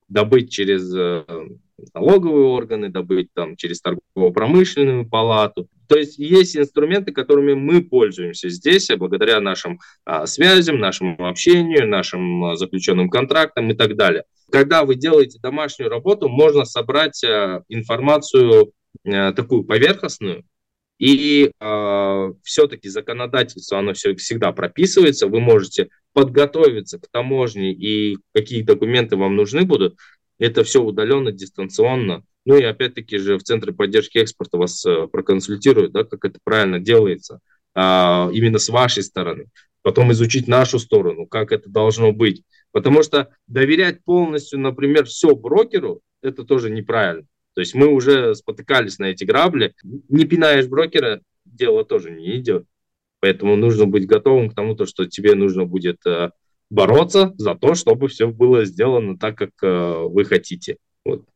через налоговые органы, добыть там через торгово-промышленную палату. То есть есть инструменты, которыми мы пользуемся здесь, благодаря нашим связям, нашему общению, нашим заключенным контрактам и так далее. Когда вы делаете домашнюю работу, можно собрать информацию такую поверхностную, и все-таки законодательство, оно всегда прописывается, вы можете подготовиться к таможне, и какие документы вам нужны будут, это все удаленно, дистанционно. Ну и опять-таки же в Центре поддержки экспорта вас проконсультируют, да, как это правильно делается, именно с вашей стороны. Потом изучить нашу сторону, как это должно быть. Потому что доверять полностью, например, все брокеру, это тоже неправильно. То есть мы уже спотыкались на эти грабли. Не пинаешь брокера, дело тоже не идет. Поэтому нужно быть готовым к тому, что тебе нужно будет бороться за то, чтобы все было сделано так, как вы хотите. Вот.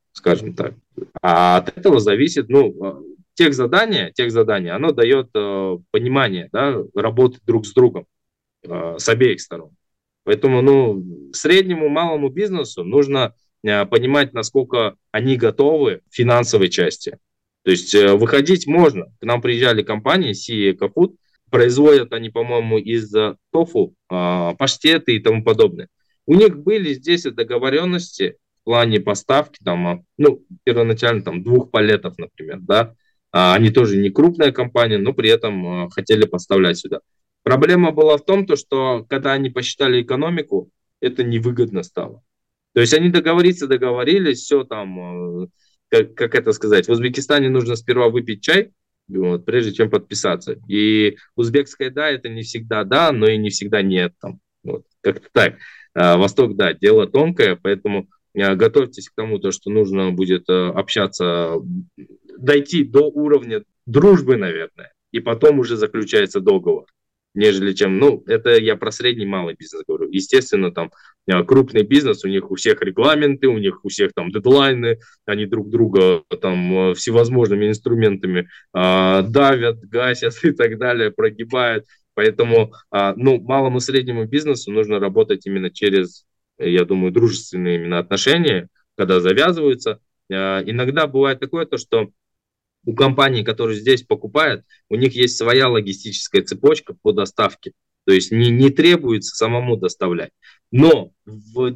скажем так. А от этого зависит, техзадание, оно дает понимание, да, работы друг с другом с обеих сторон. Поэтому, среднему, малому бизнесу нужно понимать, насколько они готовы в финансовой части. То есть выходить можно. К нам приезжали компании, Sea EcoFood, производят они, по-моему, из тофу, паштеты и тому подобное. У них были здесь договоренности в плане поставки, первоначально 2 палетов, например, да. Они тоже не крупная компания, но при этом хотели поставлять сюда. Проблема была в том, что когда они посчитали экономику, это невыгодно стало. То есть они договорились, все там, как это сказать, в Узбекистане нужно сперва выпить чай, прежде чем подписаться. И узбекское «да» это не всегда «да», но и не всегда «нет». Как-то так. Восток, да, дело тонкое, поэтому готовьтесь к тому, что нужно будет общаться, дойти до уровня дружбы, наверное, и потом уже заключается договор. Нежели чем, это я про средний малый бизнес говорю. Естественно, там крупный бизнес, у них у всех регламенты, у них у всех там дедлайны, они друг друга там всевозможными инструментами давят, гасят и так далее, прогибают. Поэтому, малому и среднему бизнесу нужно работать именно через, я думаю, дружественные именно отношения, когда завязываются. Иногда бывает такое, что у компаний, которые здесь покупают, у них есть своя логистическая цепочка по доставке. То есть не требуется самому доставлять. Но в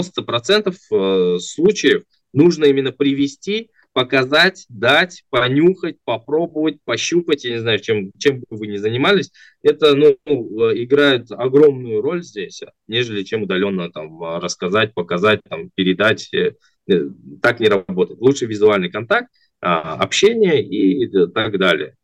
90% случаев нужно именно привезти, показать, дать, понюхать, попробовать, пощупать. Я не знаю, чем бы вы ни занимались. Это играет огромную роль здесь, нежели чем удаленно рассказать, показать, передать. Так не работает. Лучше визуальный контакт, общение и так далее.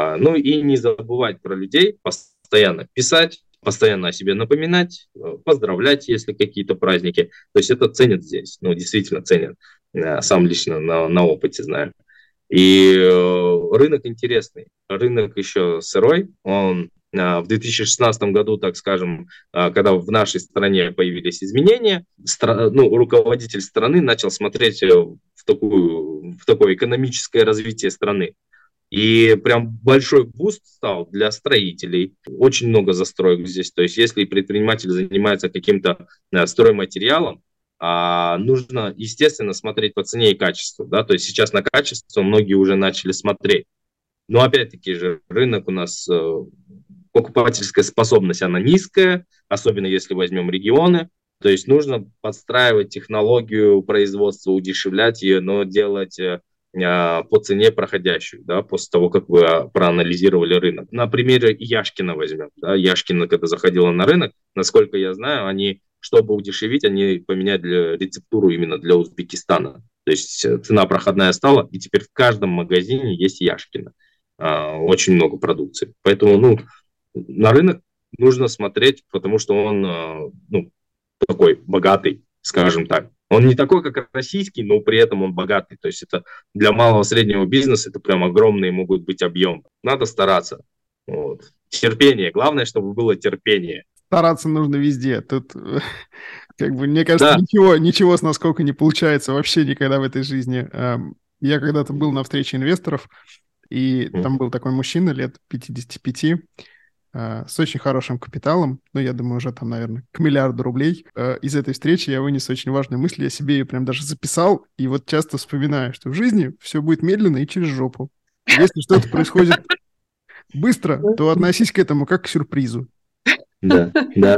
И не забывать про людей, постоянно писать, постоянно о себе напоминать, поздравлять, если какие-то праздники. То есть это ценят здесь, действительно ценят. Сам лично на опыте знаю. И рынок интересный, рынок еще сырой. Он в 2016 году, так скажем, когда в нашей стране появились изменения, руководитель страны начал смотреть в такое экономическое развитие страны. И прям большой буст стал для строителей. Очень много застроек здесь. То есть если предприниматель занимается каким-то стройматериалом, нужно, естественно, смотреть по цене и качеству. Да? То есть сейчас на качество многие уже начали смотреть. Но опять-таки же рынок у нас, покупательская способность, она низкая, особенно если возьмем регионы. То есть нужно подстраивать технологию производства, удешевлять ее, но делать по цене проходящую, да, после того, как вы проанализировали рынок. На примере Яшкино возьмем. Да, Яшкино, когда заходила на рынок, насколько я знаю, они, чтобы удешевить, они поменяли рецептуру именно для Узбекистана. То есть цена проходная стала, и теперь в каждом магазине есть Яшкино. Очень много продукции. Поэтому на рынок нужно смотреть, потому что он такой богатый, скажем так. Он не такой, как российский, но при этом он богатый. То есть это для малого среднего бизнеса это прям огромные могут быть объемы. Надо стараться. Терпение. Главное, чтобы было терпение. Стараться нужно везде. Тут, мне кажется, да. ничего с насколько не получается вообще никогда в этой жизни. Я когда-то был на встрече инвесторов, и там был такой мужчина лет 55, с очень хорошим капиталом, я думаю, уже там, наверное, к $1 миллиарду рублей. Из этой встречи я вынес очень важную мысль, я себе ее прям даже записал, и часто вспоминаю, что в жизни все будет медленно и через жопу. Если что-то происходит быстро, то относись к этому как к сюрпризу. Да.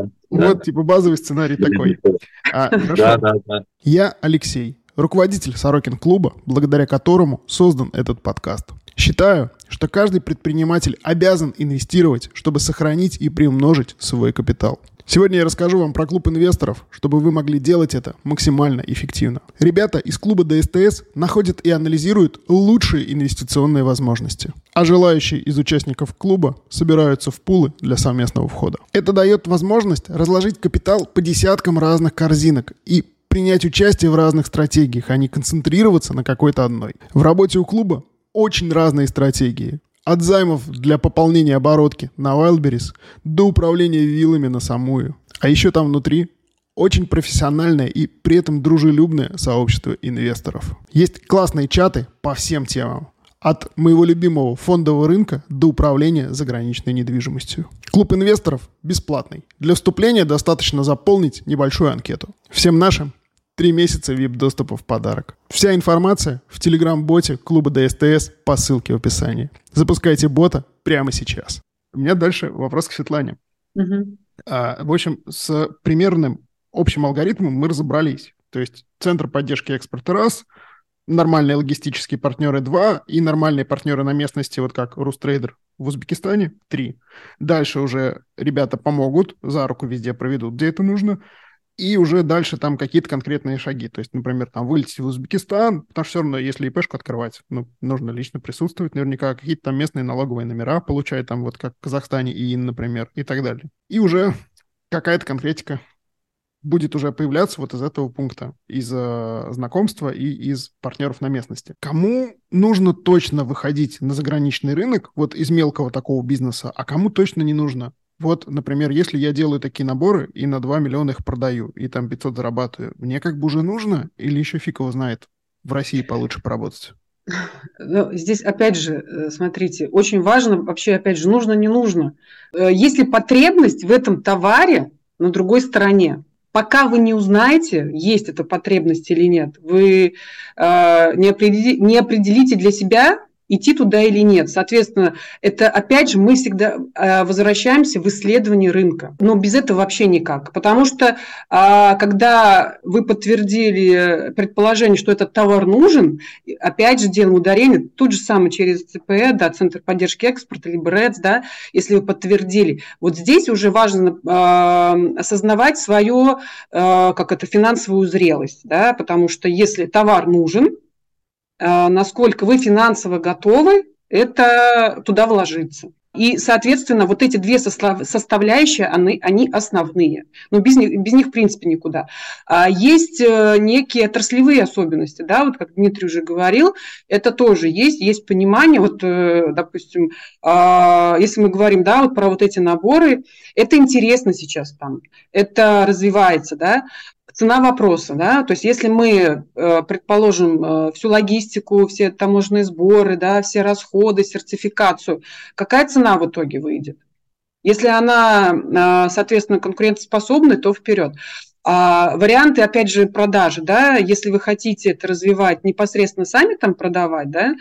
Базовый сценарий такой. Хорошо. Да. Я Алексей, руководитель Сорокин-клуба, благодаря которому создан этот подкаст. Считаю, что каждый предприниматель обязан инвестировать, чтобы сохранить и приумножить свой капитал. Сегодня я расскажу вам про клуб инвесторов, чтобы вы могли делать это максимально эффективно. Ребята из клуба ДСТС находят и анализируют лучшие инвестиционные возможности, а желающие из участников клуба собираются в пулы для совместного входа. Это дает возможность разложить капитал по десяткам разных корзинок и принять участие в разных стратегиях, а не концентрироваться на какой-то одной. В работе у клуба очень разные стратегии. От займов для пополнения оборотки на Wildberries до управления виллами на Самую. А еще там внутри очень профессиональное и при этом дружелюбное сообщество инвесторов. Есть классные чаты по всем темам. От моего любимого фондового рынка до управления заграничной недвижимостью. Клуб инвесторов бесплатный. Для вступления достаточно заполнить небольшую анкету. Всем нашим 3 месяца VIP-доступа в подарок. Вся информация в телеграм-боте клуба ДСТС по ссылке в описании. Запускайте бота прямо сейчас. У меня дальше вопрос к Светлане. В общем, с примерным общим алгоритмом мы разобрались. То есть центр поддержки экспорта раз, нормальные логистические партнеры 2 и нормальные партнеры на местности, вот как Рустрейдер в Узбекистане 3. Дальше уже ребята помогут, за руку везде проведут, где это нужно. И уже дальше там какие-то конкретные шаги. То есть, например, там вылететь в Узбекистан, потому что все равно, если ИПшку открывать, нужно лично присутствовать наверняка, какие-то там местные налоговые номера получать, там вот как в Казахстане ИИН, например, и так далее. И уже какая-то конкретика будет уже появляться вот из этого пункта, из знакомства и из партнеров на местности. Кому нужно точно выходить на заграничный рынок, вот из мелкого такого бизнеса, а кому точно не нужно? Вот, например, если я делаю такие наборы и на 2 миллиона их продаю, и там 500 зарабатываю, мне как бы уже нужно или еще фиг его знает, в России получше поработать? Здесь, опять же, смотрите, очень важно вообще, опять же, нужно, не нужно. Есть ли потребность в этом товаре на другой стороне? Пока вы не узнаете, есть эта потребность или нет, вы не определите для себя, идти туда или нет. Соответственно, это, опять же, мы всегда возвращаемся в исследование рынка. Но без этого вообще никак. Потому что, когда вы подтвердили предположение, что этот товар нужен, опять же, делаем ударение, тут же самое через ЦПЭ, да, Центр поддержки экспорта, либо РЭЦ, да, если вы подтвердили. Вот здесь уже важно осознавать свою, финансовую зрелость, да, потому что если товар нужен, насколько вы финансово готовы это туда вложиться. И, соответственно, вот эти две составляющие, они основные. Но без них, в принципе, никуда. Есть некие отраслевые особенности, да, вот как Дмитрий уже говорил, это тоже есть понимание, вот, допустим, если мы говорим, да, вот про вот эти наборы, это интересно сейчас там, это развивается, да. Цена вопроса, да, то есть если мы, предположим, всю логистику, все таможенные сборы, да, все расходы, сертификацию, какая цена в итоге выйдет? Если она, соответственно, конкурентоспособна, то вперед. Варианты, опять же, продажи, да, если вы хотите это развивать непосредственно сами там продавать, да,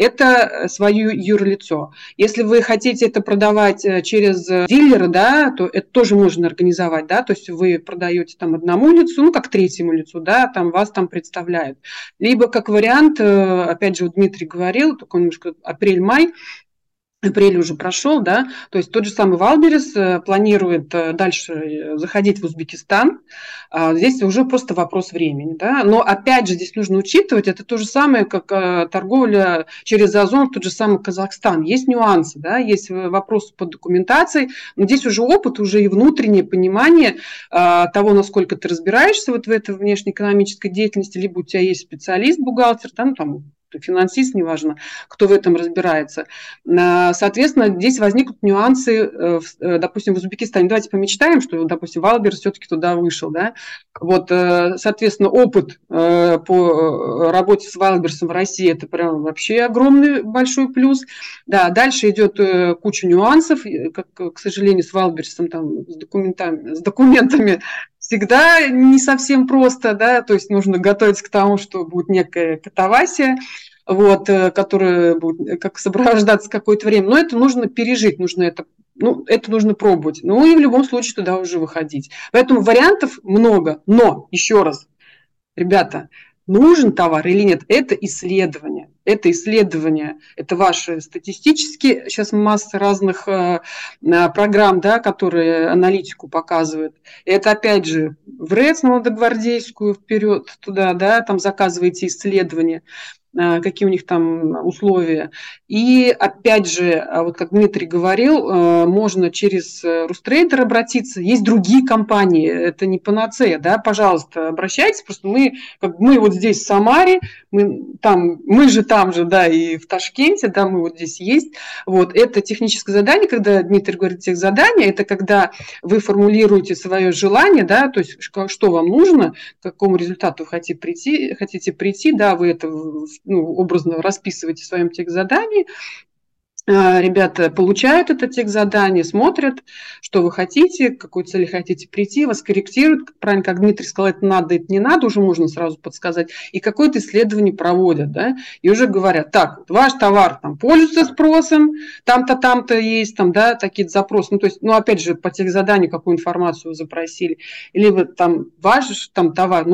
это свое юрлицо. Если вы хотите это продавать через дилера, да, то это тоже можно организовать, да, то есть вы продаете там одному лицу, как третьему лицу, да, там вас там представляют. Либо как вариант, опять же, вот Дмитрий говорил, только немножко апрель-май, апрель уже прошел, да, то есть тот же самый Валберес планирует дальше заходить в Узбекистан, здесь уже просто вопрос времени, да, но опять же здесь нужно учитывать, это то же самое, как торговля через Озон, тот же самый Казахстан, есть нюансы, да, есть вопросы по документации, но здесь уже опыт, уже и внутреннее понимание того, насколько ты разбираешься вот в этой внешнеэкономической деятельности, либо у тебя есть специалист, бухгалтер, да, ну, там, финансист, неважно, кто в этом разбирается. Соответственно, здесь возникнут нюансы, допустим, в Узбекистане. Давайте помечтаем, что, допустим, Валберес все-таки туда вышел. Да? Вот, соответственно, опыт по работе с Валбересом в России – это прям вообще огромный большой плюс. Да, дальше идет куча нюансов, как, к сожалению, с Валбересом, там, с документами всегда не совсем просто, да, то есть нужно готовиться к тому, что будет некая катавасия, вот, которая будет как сопровождаться какое-то время, но это нужно пережить, это нужно пробовать, ну и в любом случае туда уже выходить. Поэтому вариантов много, но, еще раз, ребята, нужен товар или нет, это исследование. Это ваши статистические, сейчас масса разных программ, да, которые аналитику показывают. Это, опять же, в РЭЦ, Молодогвардейскую, вперед туда, да, там заказываете исследования. какие у них там условия. И опять же, вот как Дмитрий говорил, можно через Рустрейдер обратиться. Есть другие компании, это не панацея, да, пожалуйста, обращайтесь. Просто мы вот здесь в Самаре, мы же там же, да, и в Ташкенте, да, мы вот здесь есть. Вот, это техническое задание, когда Дмитрий говорит техзадание, это когда вы формулируете свое желание, да, то есть что вам нужно, к какому результату вы хотите прийти, да, вы это образно расписываете в своем техзадании. Ребята получают это техзадание, смотрят, что вы хотите, к какой цели хотите прийти, вас корректируют, правильно, как Дмитрий сказал, это надо, это не надо, уже можно сразу подсказать, и какое-то исследование проводят, да, и уже говорят, так, ваш товар там пользуется спросом, там-то есть, там, да, такие запросы, то есть, опять же, по техзаданию какую информацию вы запросили, или вот там ваш там товар,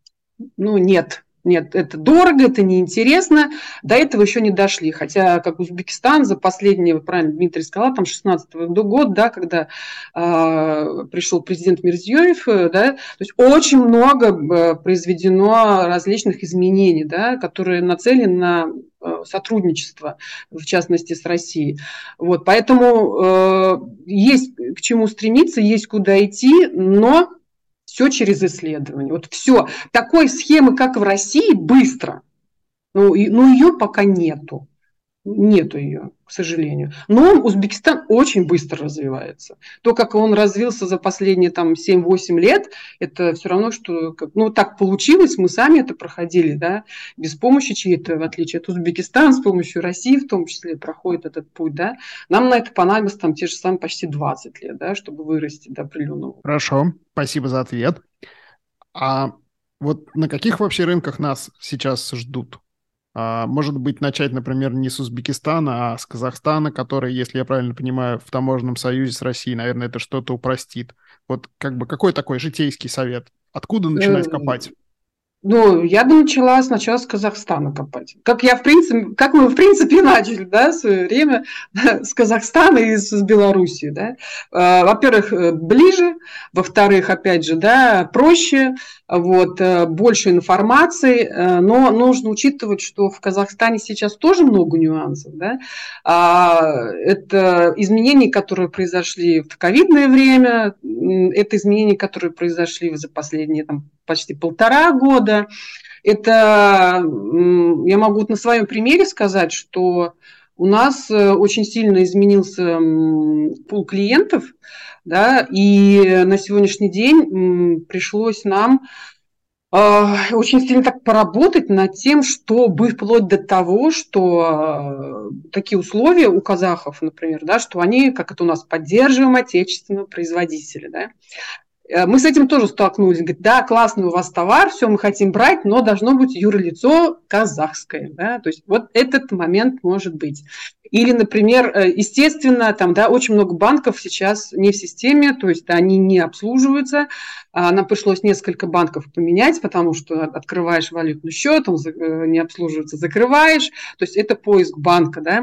нет, это дорого, это неинтересно, до этого еще не дошли. Хотя, как Узбекистан за последние, правильно Дмитрий сказал, там 16-й год, да, когда пришел президент Мирзиёев, да, то есть очень много произведено различных изменений, да, которые нацелены на сотрудничество, в частности, с Россией. Вот, поэтому есть к чему стремиться, есть куда идти, но все через исследование. Вот все. Такой схемы, как в России, быстро. Ее пока нету. Нету ее, к сожалению. Но Узбекистан очень быстро развивается. То, как он развился за последние 7-8 лет, это все равно, что так получилось, мы сами это проходили, да, без помощи чьей-то, в отличие от Узбекистана, с помощью России в том числе проходит этот путь, да. Нам на это понадобилось те же самые почти 20 лет, да, чтобы вырасти до определенного. Хорошо, спасибо за ответ. А вот на каких вообще рынках нас сейчас ждут? Может быть, начать, например, не с Узбекистана, а с Казахстана, который, если я правильно понимаю, в таможенном союзе с Россией, наверное, это что-то упростит. Вот какой такой житейский совет? Откуда начинать копать? Я бы начала сначала с Казахстана копать. Как мы, в принципе, начали, да, в свое время с Казахстана и с Белоруссии, да. Во-первых, ближе, во-вторых, опять же, да, проще, больше информации, но нужно учитывать, что в Казахстане сейчас тоже много нюансов, да. Это изменения, которые произошли в ковидное время, это изменения, которые произошли за последние почти 1,5 года. Это я могу на своем примере сказать, что у нас очень сильно изменился пул клиентов, да, и на сегодняшний день пришлось нам очень сильно так поработать над тем, чтобы вплоть до того, что такие условия у казахов, например, да, что они, как это у нас, поддерживаем отечественного производителя, да. Мы с этим тоже столкнулись. Говорит, да, классный у вас товар, все, мы хотим брать, но должно быть юрлицо казахское. Да? То есть вот этот момент может быть. Или, например, естественно, очень много банков сейчас не в системе, то есть они не обслуживаются. Нам пришлось несколько банков поменять, потому что открываешь валютный счет, он не обслуживается, закрываешь. То есть это поиск банка. Да?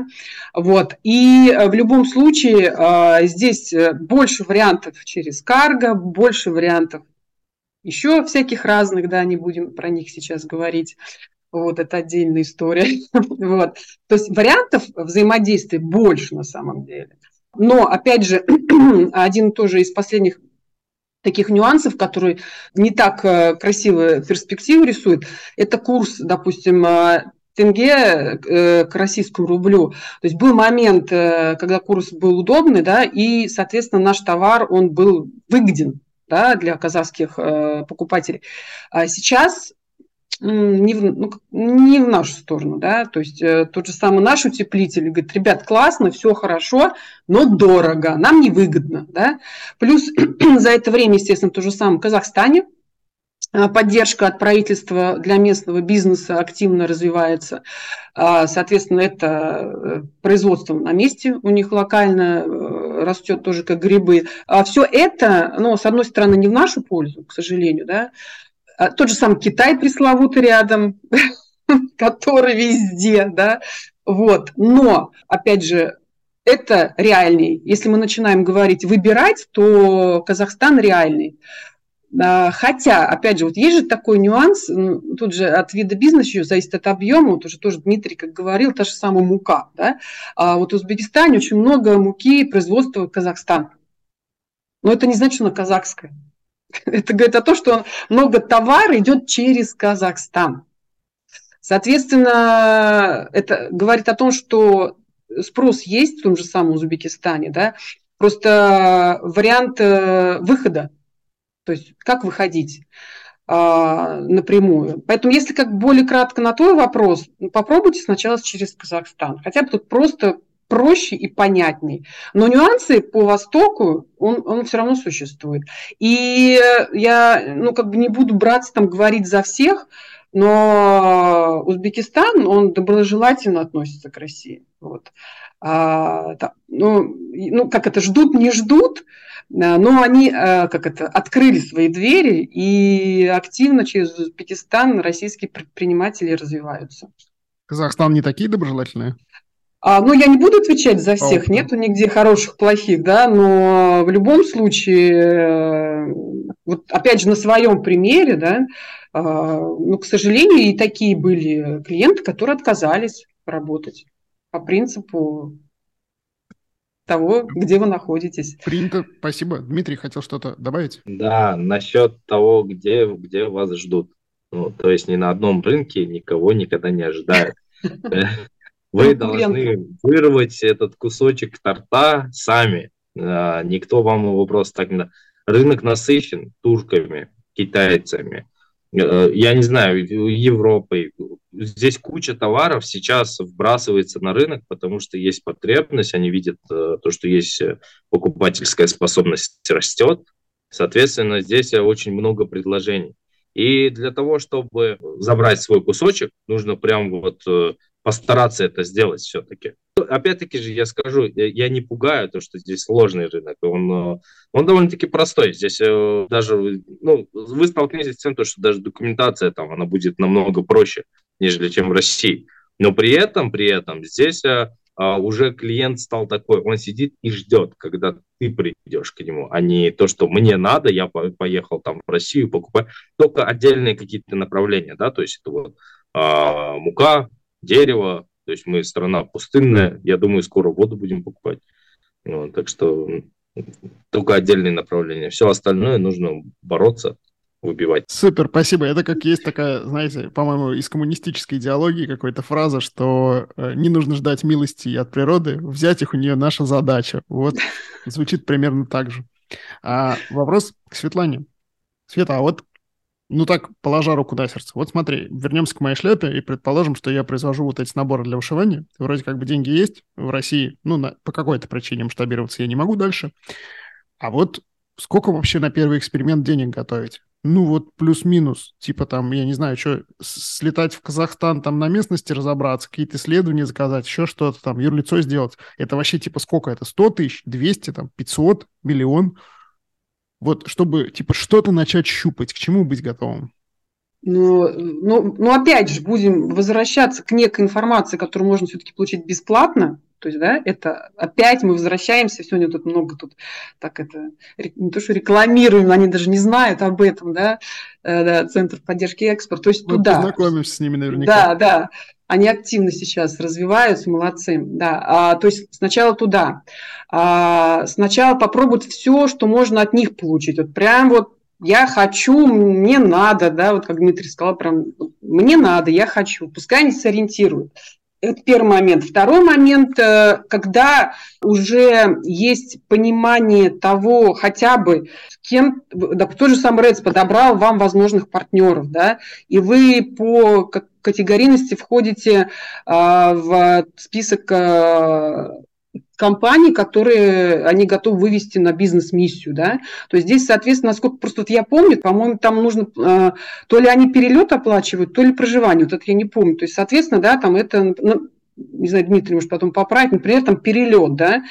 И в любом случае здесь больше вариантов через карго, больше вариантов еще всяких разных, да, не будем про них сейчас говорить. Это отдельная история. То есть вариантов взаимодействия больше на самом деле. Но, опять же, один тоже из последних таких нюансов, который не так красиво перспективу рисует, это курс, допустим, тенге к российскому рублю. То есть был момент, когда курс был удобный, да, и, соответственно, наш товар, он был выгоден, да, для казахских покупателей. А сейчас не в нашу сторону, да, то есть тот же самый наш утеплитель говорит, ребят, классно, все хорошо, но дорого, нам невыгодно, да. Плюс за это время, естественно, то же самое в Казахстане поддержка от правительства для местного бизнеса активно развивается. Соответственно, это производство на месте у них локально растет тоже как грибы. Все это, с одной стороны, не в нашу пользу, к сожалению, да. Тот же самый Китай пресловутый рядом, который везде, да. Но, опять же, это реальней. Если мы начинаем говорить выбирать, то Казахстан реальный. Хотя, опять же, вот есть же такой нюанс, тут же от вида бизнеса еще зависит от объема, вот уже тоже Дмитрий, как говорил, та же самая мука, да, а вот в Узбекистане очень много муки производства Казахстана, но это не значит, что она казахская, это говорит о том, что много товара идет через Казахстан, соответственно, это говорит о том, что спрос есть в том же самом Узбекистане, да, просто вариант выхода, то есть как выходить напрямую. Поэтому, если как более кратко на твой вопрос, попробуйте сначала через Казахстан. Хотя бы тут просто проще и понятней. Но нюансы по Востоку, он все равно существует. И я не буду браться там говорить за всех, но Узбекистан, он доброжелательно относится к России. Вот. Как это, ждут, не ждут, но они открыли свои двери, и активно через Узбекистан российские предприниматели развиваются. Казахстан не такие доброжелательные? Я не буду отвечать за всех, нету нигде хороших, плохих, да, но в любом случае, вот опять же на своем примере, да, к сожалению, и такие были клиенты, которые отказались работать по принципу того, где вы находитесь. Принято. Спасибо. Дмитрий хотел что-то добавить? Да, насчет того, где вас ждут. То есть ни на одном рынке никого никогда не ожидают. Вы должны вырвать этот кусочек торта сами. Никто вам его просто так не... Рынок насыщен турками, китайцами. Я не знаю, Европой. Здесь куча товаров сейчас вбрасывается на рынок, потому что есть потребность, они видят то, что есть покупательская способность растет. Соответственно, здесь очень много предложений. И для того, чтобы забрать свой кусочек, нужно прям постараться это сделать все-таки. Опять-таки же я скажу, я не пугаю то, что здесь сложный рынок. Он довольно-таки простой. Здесь даже, вы столкнетесь с тем, что даже документация там, она будет намного проще, нежели чем в России. Но при этом здесь уже клиент стал такой, он сидит и ждет, когда ты придешь к нему, а не то, что мне надо, я поехал там в Россию, покупаю. Только отдельные какие-то направления, да, то есть это мука, дерево, то есть мы страна пустынная, я думаю, скоро воду будем покупать. Так что только отдельные направления. Все остальное нужно бороться, выбивать. Супер, спасибо. Это как есть такая, знаете, по-моему, из коммунистической идеологии какая-то фраза, что не нужно ждать милости от природы, взять их у нее наша задача. Вот звучит примерно так же. Вопрос к Светлане. Света, так, положа руку на сердце. Вот смотри, вернемся к моей шляпе и предположим, что я произвожу вот эти наборы для вышивания. Вроде как бы деньги есть в России, по какой-то причине масштабироваться я не могу дальше. А вот сколько вообще на первый эксперимент денег готовить? Плюс-минус, типа там, я не знаю, что, слетать в Казахстан, там на местности разобраться, какие-то исследования заказать, еще что-то там, юрлицо сделать. Это вообще типа сколько это? 100 тысяч, 200, там, 500, миллион? Вот, чтобы, типа, что-то начать щупать, к чему быть готовым? Опять же, будем возвращаться к некой информации, которую можно все-таки получить бесплатно. То есть, да, это опять мы возвращаемся, сегодня тут много не то, что рекламируем, они даже не знают об этом, да, Центр поддержки экспорта. То есть мы туда. Познакомимся с ними наверняка. Да, они активно сейчас развиваются, молодцы. Да, то есть сначала туда. Сначала попробовать все, что можно от них получить. Я хочу, мне надо, да, вот как Дмитрий сказал, прям мне надо, я хочу, пускай они сориентируют. Это первый момент. Второй момент, когда уже есть понимание того, хотя бы с кем, тот же сам Рэдс подобрал вам возможных партнеров, да, и вы по категорийности входите в список компаний, которые они готовы вывести на бизнес-миссию, да, то есть здесь, соответственно, насколько просто я помню, по-моему, там нужно, то ли они перелет оплачивают, то ли проживание, вот это я не помню, то есть, соответственно, да, там это, не знаю, Дмитрий может потом поправить, например, там перелет, да,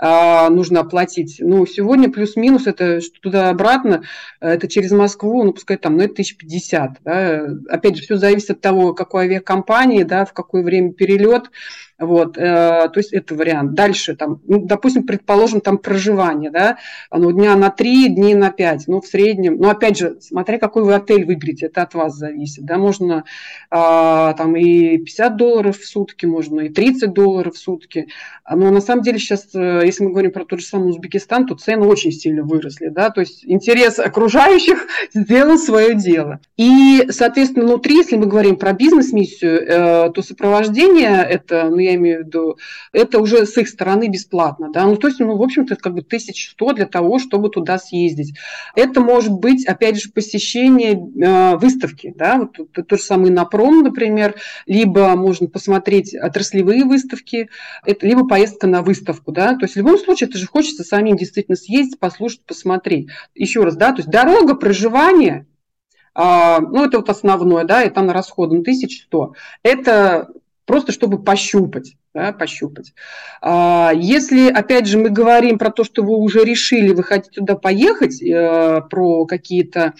нужно оплатить. Ну, сегодня плюс-минус, это туда-обратно, это через Москву, ну, пускай там, ну, это 1050. Да. Опять же, все зависит от того, какой авиакомпании, да, в какое время перелет. Вот, то есть это вариант. Дальше, там, ну, допустим, предположим, там проживание, да, оно дня на 3, дней на 5, ну, в среднем. Но, опять же, смотря какой вы отель выберете, это от вас зависит, да, можно там и $50 в сутки, можно и $30 в сутки. Но на самом деле сейчас, если мы говорим про тот же самый Узбекистан, то цены очень сильно выросли, да, то есть интерес окружающих сделал свое дело. И, соответственно, внутри, если мы говорим про бизнес-миссию, то сопровождение это, ну, я имею в виду, это уже с их стороны бесплатно, да, ну, то есть, ну, в общем-то, как бы 1100 для того, чтобы туда съездить. Это может быть, опять же, посещение выставки, да, вот тот же самый НАПРОМ, например, либо можно посмотреть отраслевые выставки, это либо поездка на выставку, да, то есть в любом случае это же хочется самим действительно съездить, послушать, посмотреть. Еще раз, да, то есть дорога, проживание, ну, это вот основное, да, и там на расходы, ну, 1100. Это просто чтобы пощупать, да, пощупать. Если, опять же, мы говорим про то, что вы уже решили, вы хотите туда поехать, про какие-то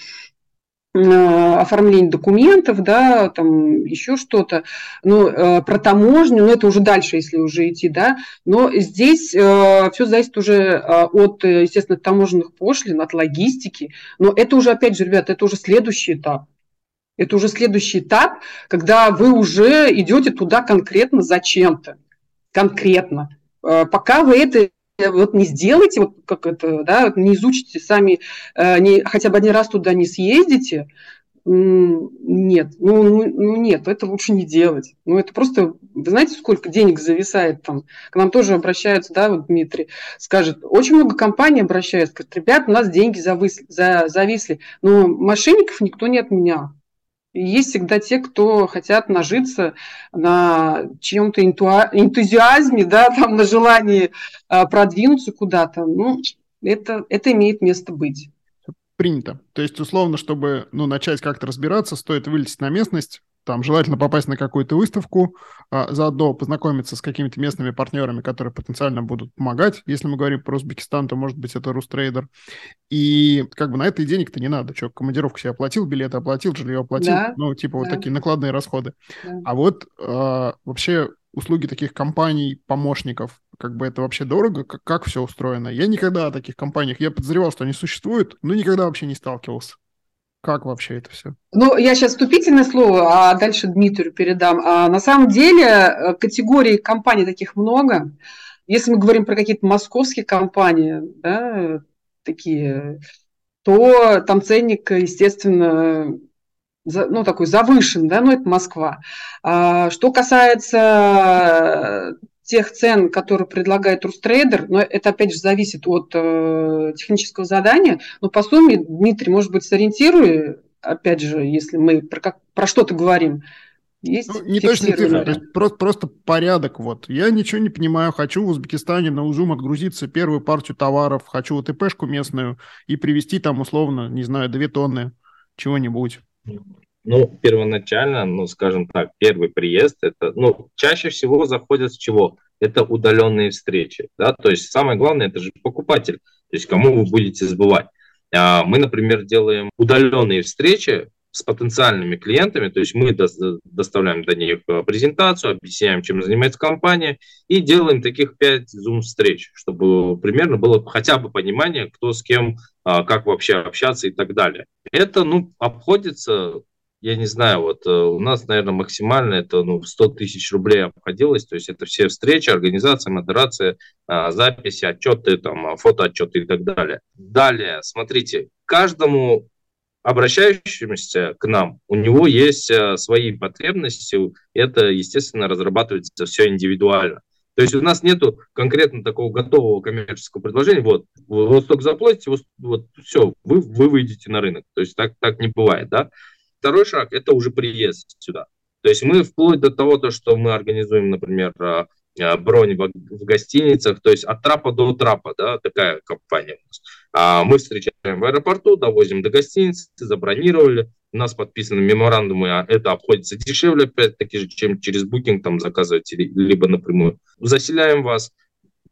оформление документов, да, там еще что-то, ну, про таможню, ну, это уже дальше, если уже идти, да, но здесь все зависит уже от, естественно, таможенных пошлин, от логистики, но это уже, опять же, ребята, это уже следующий этап. Это уже следующий этап, когда вы уже идете туда конкретно зачем-то, конкретно. Пока вы это вот не сделаете, вот как это, да, не изучите сами, хотя бы один раз туда не съездите, нет, нет, это лучше не делать. Ну, это просто, вы знаете, сколько денег зависает там? К нам тоже обращаются, да, вот Дмитрий скажет, очень много компаний обращаются, говорят, ребят, у нас деньги зависли, но мошенников никто не отменял. Есть всегда те, кто хотят нажиться на чьем-то энтузиазме, да, там, на желании продвинуться куда-то. Ну, это имеет место быть. Принято. То есть, условно, чтобы, ну, начать как-то разбираться, стоит вылететь на местность, там, желательно попасть на какую-то выставку, заодно познакомиться с какими-то местными партнерами, которые потенциально будут помогать. Если мы говорим про Узбекистан, то, может быть, это Рустрейдер. И как бы на это и денег-то не надо. Что, командировку себе оплатил, билеты оплатил, жилье оплатил. Да, ну, типа вот да. такие накладные расходы. Да. А вот вообще услуги таких компаний, помощников, как бы это вообще дорого? Как все устроено? Я никогда о таких компаниях, я подозревал, что они существуют, но никогда вообще не сталкивался. Как вообще это все? Ну, я сейчас вступительное слово, а дальше Дмитрию передам. На самом деле категорий компаний таких много. Если мы говорим про какие-то московские компании, да, такие, то там ценник, естественно, ну, такой завышен, да, ну, это Москва. Что касается тех цен, которые предлагает Рустрейдер, но это, опять же, зависит от технического задания, но по сумме, Дмитрий, может быть, сориентируй, опять же, если мы про что-то говорим, есть ну, не точные цифры, то есть просто порядок. Вот. Я ничего не понимаю, хочу в Узбекистане на Узум отгрузиться первую партию товаров, хочу вот ИПшку местную и привезти там, условно, не знаю, 2 тонны чего-нибудь. Ну, первоначально, ну, скажем так, первый приезд, это, ну, чаще всего заходят с чего? Это удаленные встречи, да, то есть самое главное, это же покупатель, то есть кому вы будете сбывать. Мы, например, делаем удаленные встречи с потенциальными клиентами, то есть мы доставляем до них презентацию, объясняем, чем занимается компания, и делаем таких 5 Zoom-встреч, чтобы примерно было хотя бы понимание, кто с кем, как вообще общаться и так далее. Это, ну, обходится, я не знаю, вот у нас, наверное, максимально это 100 тысяч рублей обходилось, то есть это все встречи, организация, модерация, записи, отчеты, там, фотоотчеты и так далее. Далее, смотрите, каждому обращающимся к нам, у него есть свои потребности, это, естественно, разрабатывается все индивидуально. То есть у нас нету конкретно такого готового коммерческого предложения, вот столько заплатите, вот все, вы выйдете на рынок. То есть так не бывает, да. Второй шаг – это уже приезд сюда. То есть мы вплоть до того, что мы организуем, например, бронь в гостиницах, то есть от трапа до трапа, да, такая компания у нас. Мы встречаем в аэропорту, довозим до гостиницы, забронировали, у нас подписаны меморандумы, это обходится дешевле, опять-таки же, чем через Booking там заказывать, либо напрямую. Заселяем вас,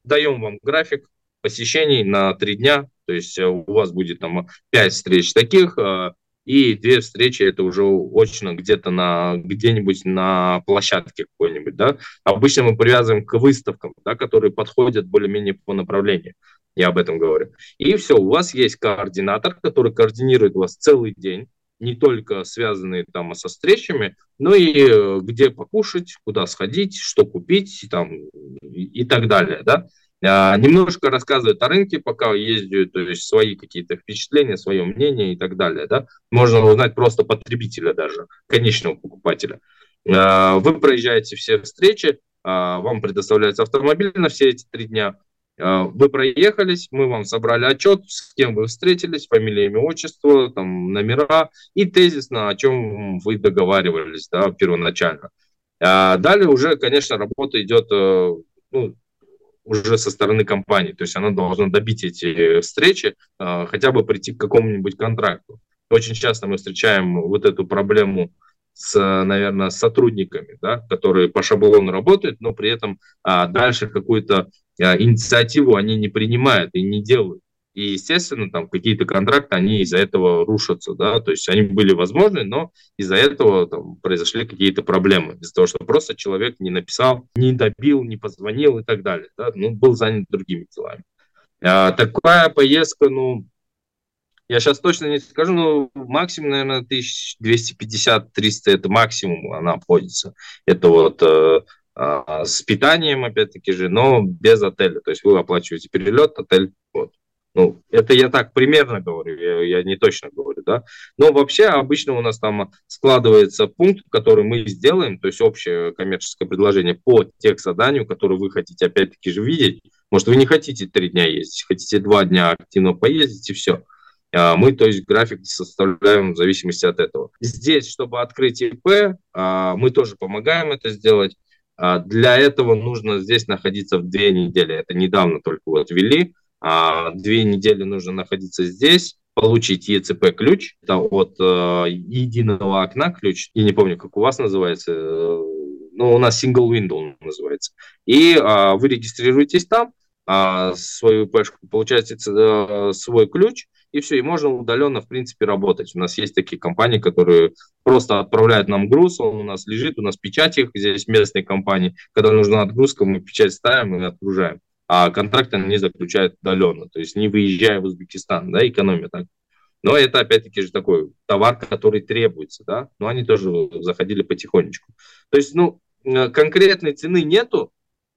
даем вам график посещений на 3 дня, то есть у вас будет там 5 встреч таких, и 2 встречи это уже очно где-нибудь на площадке какой-нибудь, да. Обычно мы привязываем к выставкам, да, которые подходят более-менее по направлению, я об этом говорю. И все, у вас есть координатор, который координирует вас целый день, не только связанные там со встречами, но и где покушать, куда сходить, что купить там, и так далее, да. Немножко рассказывает о рынке, пока ездят, то есть свои какие-то впечатления, свое мнение и так далее. Да? Можно узнать просто потребителя даже, конечного покупателя. Вы проезжаете все встречи, вам предоставляется автомобиль на все эти 3 дня. Вы проехались, мы вам собрали отчет, с кем вы встретились, фамилия, имя, отчество, там, номера и тезисно, о чем вы договаривались, да, первоначально. Далее уже, конечно, работа идет, уже со стороны компании, то есть она должна добить эти встречи, хотя бы прийти к какому-нибудь контракту. Очень часто мы встречаем вот эту проблему наверное, с сотрудниками, да, которые по шаблону работают, но при этом дальше какую-то инициативу они не принимают и не делают. И, естественно, там какие-то контракты, они из-за этого рушатся, да, то есть они были возможны, но из-за этого там произошли какие-то проблемы, из-за того, что просто человек не написал, не добил, не позвонил и так далее, да, был занят другими делами. Такая поездка, я сейчас точно не скажу, но максимум, наверное, 1250-300, это максимум она обходится. Это вот с питанием, опять-таки же, но без отеля, то есть вы оплачиваете перелет, отель, вот. Это я так примерно говорю, я не точно говорю, да. Но вообще обычно у нас там складывается пункт, который мы сделаем, то есть общее коммерческое предложение по техзаданию, которое вы хотите опять-таки же видеть. Может, вы не хотите 3 дня ездить, хотите 2 дня активно поездить и все. Мы, то есть, график составляем в зависимости от этого. Здесь, чтобы открыть ИП, мы тоже помогаем это сделать. Для этого нужно здесь находиться в 2 недели. Это недавно только вот ввели. 2 недели нужно находиться здесь, получить ЕЦП-ключ, это от единого окна ключ, я не помню, как у вас называется, но у нас single window называется. И вы регистрируетесь там, свою ИПшку, получаете свой ключ, и все, и можно удаленно, в принципе, работать. У нас есть такие компании, которые просто отправляют нам груз, он у нас лежит, у нас печать их, здесь местные компании, когда нужна отгрузка, мы печать ставим и отгружаем. А контракты они заключают удаленно, то есть не выезжая в Узбекистан, да, экономия так. Но это, опять-таки, же такой товар, который требуется, да, но они тоже заходили потихонечку. То есть, конкретной цены нету,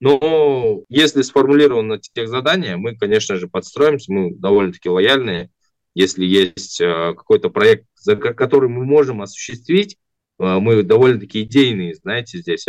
но если сформулировано техзадание, мы, конечно же, подстроимся, мы довольно-таки лояльные. Если есть какой-то проект, который мы можем осуществить, мы довольно-таки идейные, знаете, здесь.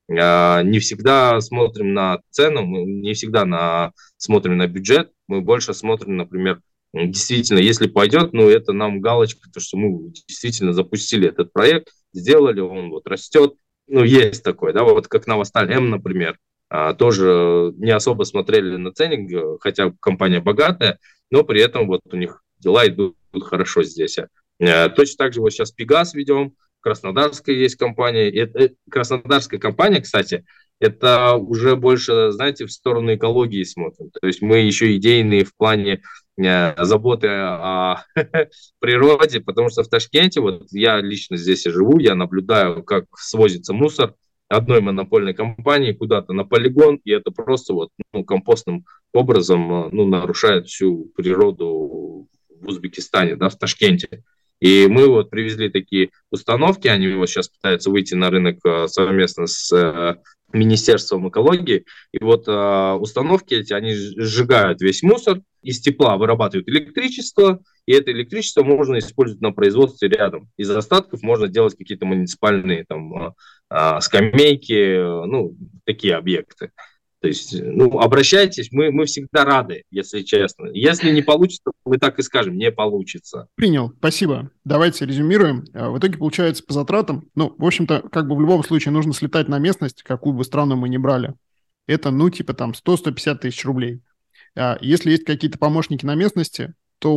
Не всегда смотрим на цену, мы не всегда смотрим на бюджет, мы больше смотрим, например, действительно, если пойдет, это нам галочка, то, что мы действительно запустили этот проект, сделали, он вот растет, есть такое, да, вот как Новосталь М, например, тоже не особо смотрели на ценник, хотя компания богатая, но при этом вот у них дела идут хорошо здесь. Точно так же вот сейчас Пегас ведем, Краснодарская есть компания. Краснодарская компания, кстати, это уже больше, знаете, в сторону экологии смотрим. То есть мы еще идейные в плане заботы о природе, потому что в Ташкенте, вот я лично здесь и живу, я наблюдаю, как свозится мусор одной монопольной компании куда-то на полигон, и это просто вот компостным образом нарушает всю природу в Узбекистане, да, в Ташкенте. И мы вот привезли такие установки, они вот сейчас пытаются выйти на рынок совместно с Министерством экологии. И вот установки эти, они сжигают весь мусор, из тепла вырабатывают электричество, и это электричество можно использовать на производстве рядом. Из остатков можно делать какие-то муниципальные там скамейки, такие объекты. То есть, обращайтесь, мы всегда рады, если честно. Если не получится, мы так и скажем, не получится. Принял, спасибо. Давайте резюмируем. В итоге получается по затратам, в общем-то, как бы в любом случае нужно слетать на местность, какую бы страну мы ни брали. Это, 100-150 тысяч рублей. Если есть какие-то помощники на местности, то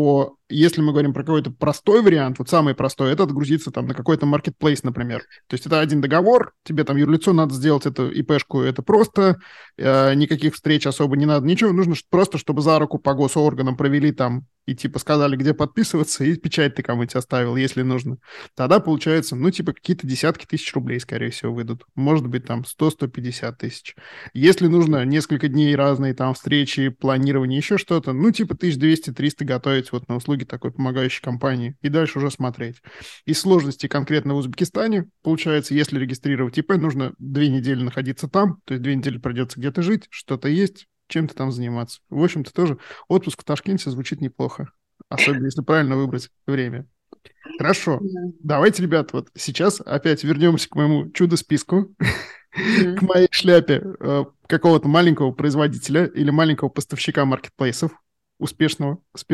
если мы говорим про какой-то простой вариант, вот самый простой, это отгрузиться там на какой-то marketplace, например. То есть это один договор, тебе там юрлицо надо сделать эту ИПшку, это просто, никаких встреч особо не надо, ничего, нужно просто, чтобы за руку по госорганам провели там и типа сказали, где подписываться, и печать ты кому-нибудь оставил, если нужно. Тогда получается, ну, типа какие-то десятки тысяч рублей, скорее всего, выйдут. Может быть, там 100-150 тысяч. Если нужно несколько дней разные там встречи, планирование, еще что-то, ну, типа 1200-300 готовить вот на услуги такой помогающей компании и дальше уже смотреть. Из сложностей конкретно в Узбекистане, получается, если регистрировать ИП, нужно 2 недели находиться там, то есть 2 недели придется где-то жить, что-то есть, чем-то там заниматься. В общем-то, тоже отпуск в Ташкенте звучит неплохо, особенно если правильно выбрать время. Хорошо. Давайте, ребят, вот сейчас опять вернемся к моему чудо-списку, к моей шляпе какого-то маленького производителя или маленького поставщика маркетплейсов, успешного,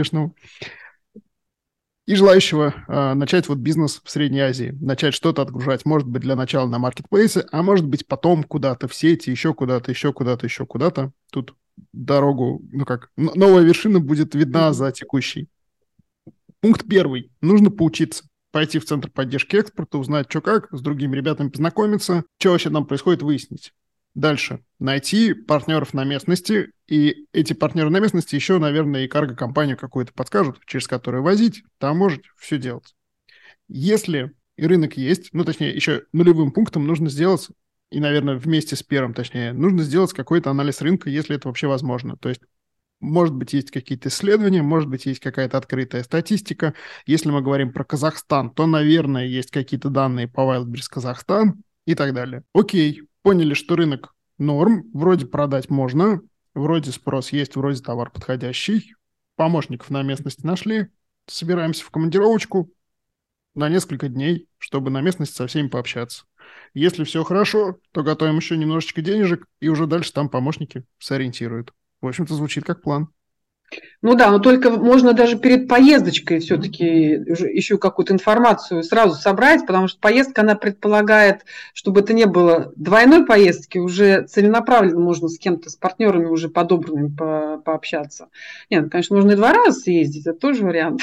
и желающего начать вот бизнес в Средней Азии, начать что-то отгружать, может быть, для начала на маркетплейсе, а может быть, потом куда-то в сети, еще куда-то, еще куда-то, еще куда-то. Тут дорогу, ну как, новая вершина будет видна за текущей. Пункт первый. Нужно поучиться. Пойти в Центр поддержки экспорта, узнать, что как, с другими ребятами познакомиться, что вообще там происходит, выяснить. Дальше. Найти партнеров на местности, и эти партнеры на местности еще, наверное, и карго-компанию какую-то подскажут, через которую возить, там можете все делать. Если и рынок есть, ну, точнее, еще нулевым пунктом нужно сделать, и, наверное, вместе с первым, точнее, нужно сделать какой-то анализ рынка, если это вообще возможно. То есть может быть, есть какие-то исследования, может быть, есть какая-то открытая статистика. Если мы говорим про Казахстан, то, наверное, есть какие-то данные по Wildberries Казахстан и так далее. Окей, поняли, что рынок норм, вроде продать можно, вроде спрос есть, вроде товар подходящий, помощников на местности нашли, собираемся в командировочку на несколько дней, чтобы на местности со всеми пообщаться. Если все хорошо, то готовим еще немножечко денежек, и уже дальше там помощники сориентируют. В общем-то, звучит как план. Ну да, но только можно даже перед поездочкой все-таки еще какую-то информацию сразу собрать, потому что поездка, она предполагает, чтобы это не было двойной поездки, уже целенаправленно можно с кем-то, с партнерами уже подобранными пообщаться. Нет, конечно, можно и 2 раза съездить, это тоже вариант.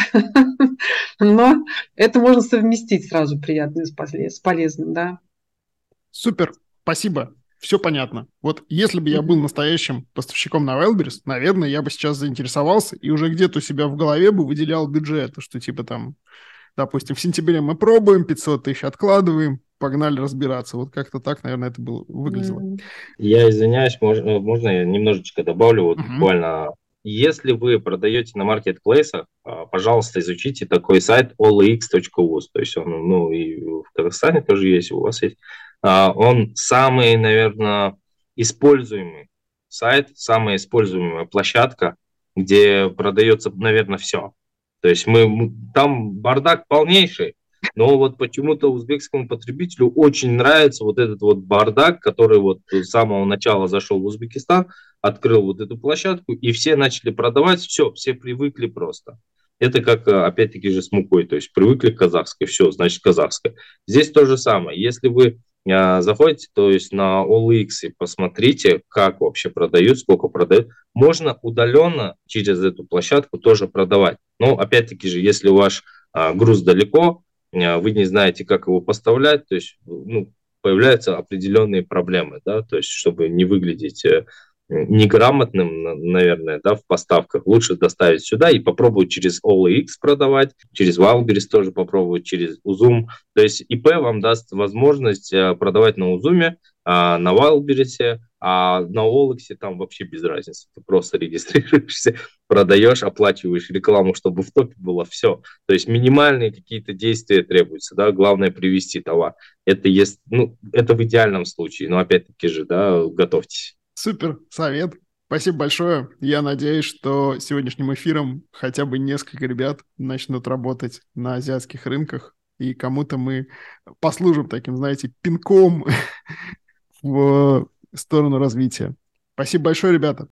Но это можно совместить сразу приятное с полезным, да. Супер, спасибо. Все понятно. Вот если бы я был настоящим поставщиком на Wildberries, наверное, я бы сейчас заинтересовался и уже где-то у себя в голове бы выделял бюджет, что типа там, допустим, в сентябре мы пробуем, 500 тысяч откладываем, погнали разбираться. Вот как-то так, наверное, это было, выглядело. Я извиняюсь, можно я немножечко добавлю, вот буквально. Если вы продаете на маркетплейсах, пожалуйста, изучите такой сайт allex.uz, то есть он, ну, и в Казахстане тоже есть, у вас есть. Он самый, наверное, используемый сайт, самая используемая площадка, где продается, наверное, все. То есть там бардак полнейший, но вот почему-то узбекскому потребителю очень нравится вот этот вот бардак, который вот с самого начала зашел в Узбекистан, открыл вот эту площадку, и все начали продавать, все привыкли просто. Это как, опять-таки же, с мукой, то есть привыкли к казахской, все, значит, казахская. Здесь то же самое. Если вы заходите, то есть на OLX и посмотрите, как вообще продают, сколько продают. Можно удаленно через эту площадку тоже продавать. Но опять-таки же, если ваш груз далеко, вы не знаете, как его поставлять, то есть появляются определенные проблемы, да, то есть чтобы не выглядеть неграмотным, наверное, да, в поставках, лучше доставить сюда и попробовать через OLX продавать, через Wildberries тоже попробовать, через Узум. То есть ИП вам даст возможность продавать на Узуме, на Wildberries, а на OLX там вообще без разницы. Ты просто регистрируешься, продаешь, оплачиваешь рекламу, чтобы в топе было все. То есть минимальные какие-то действия требуются, да, главное привезти товар. Это есть, это в идеальном случае, но опять-таки же, да, готовьтесь. Супер, совет. Спасибо большое. Я надеюсь, что сегодняшним эфиром хотя бы несколько ребят начнут работать на азиатских рынках, и кому-то мы послужим таким, знаете, пинком в сторону развития. Спасибо большое, ребята.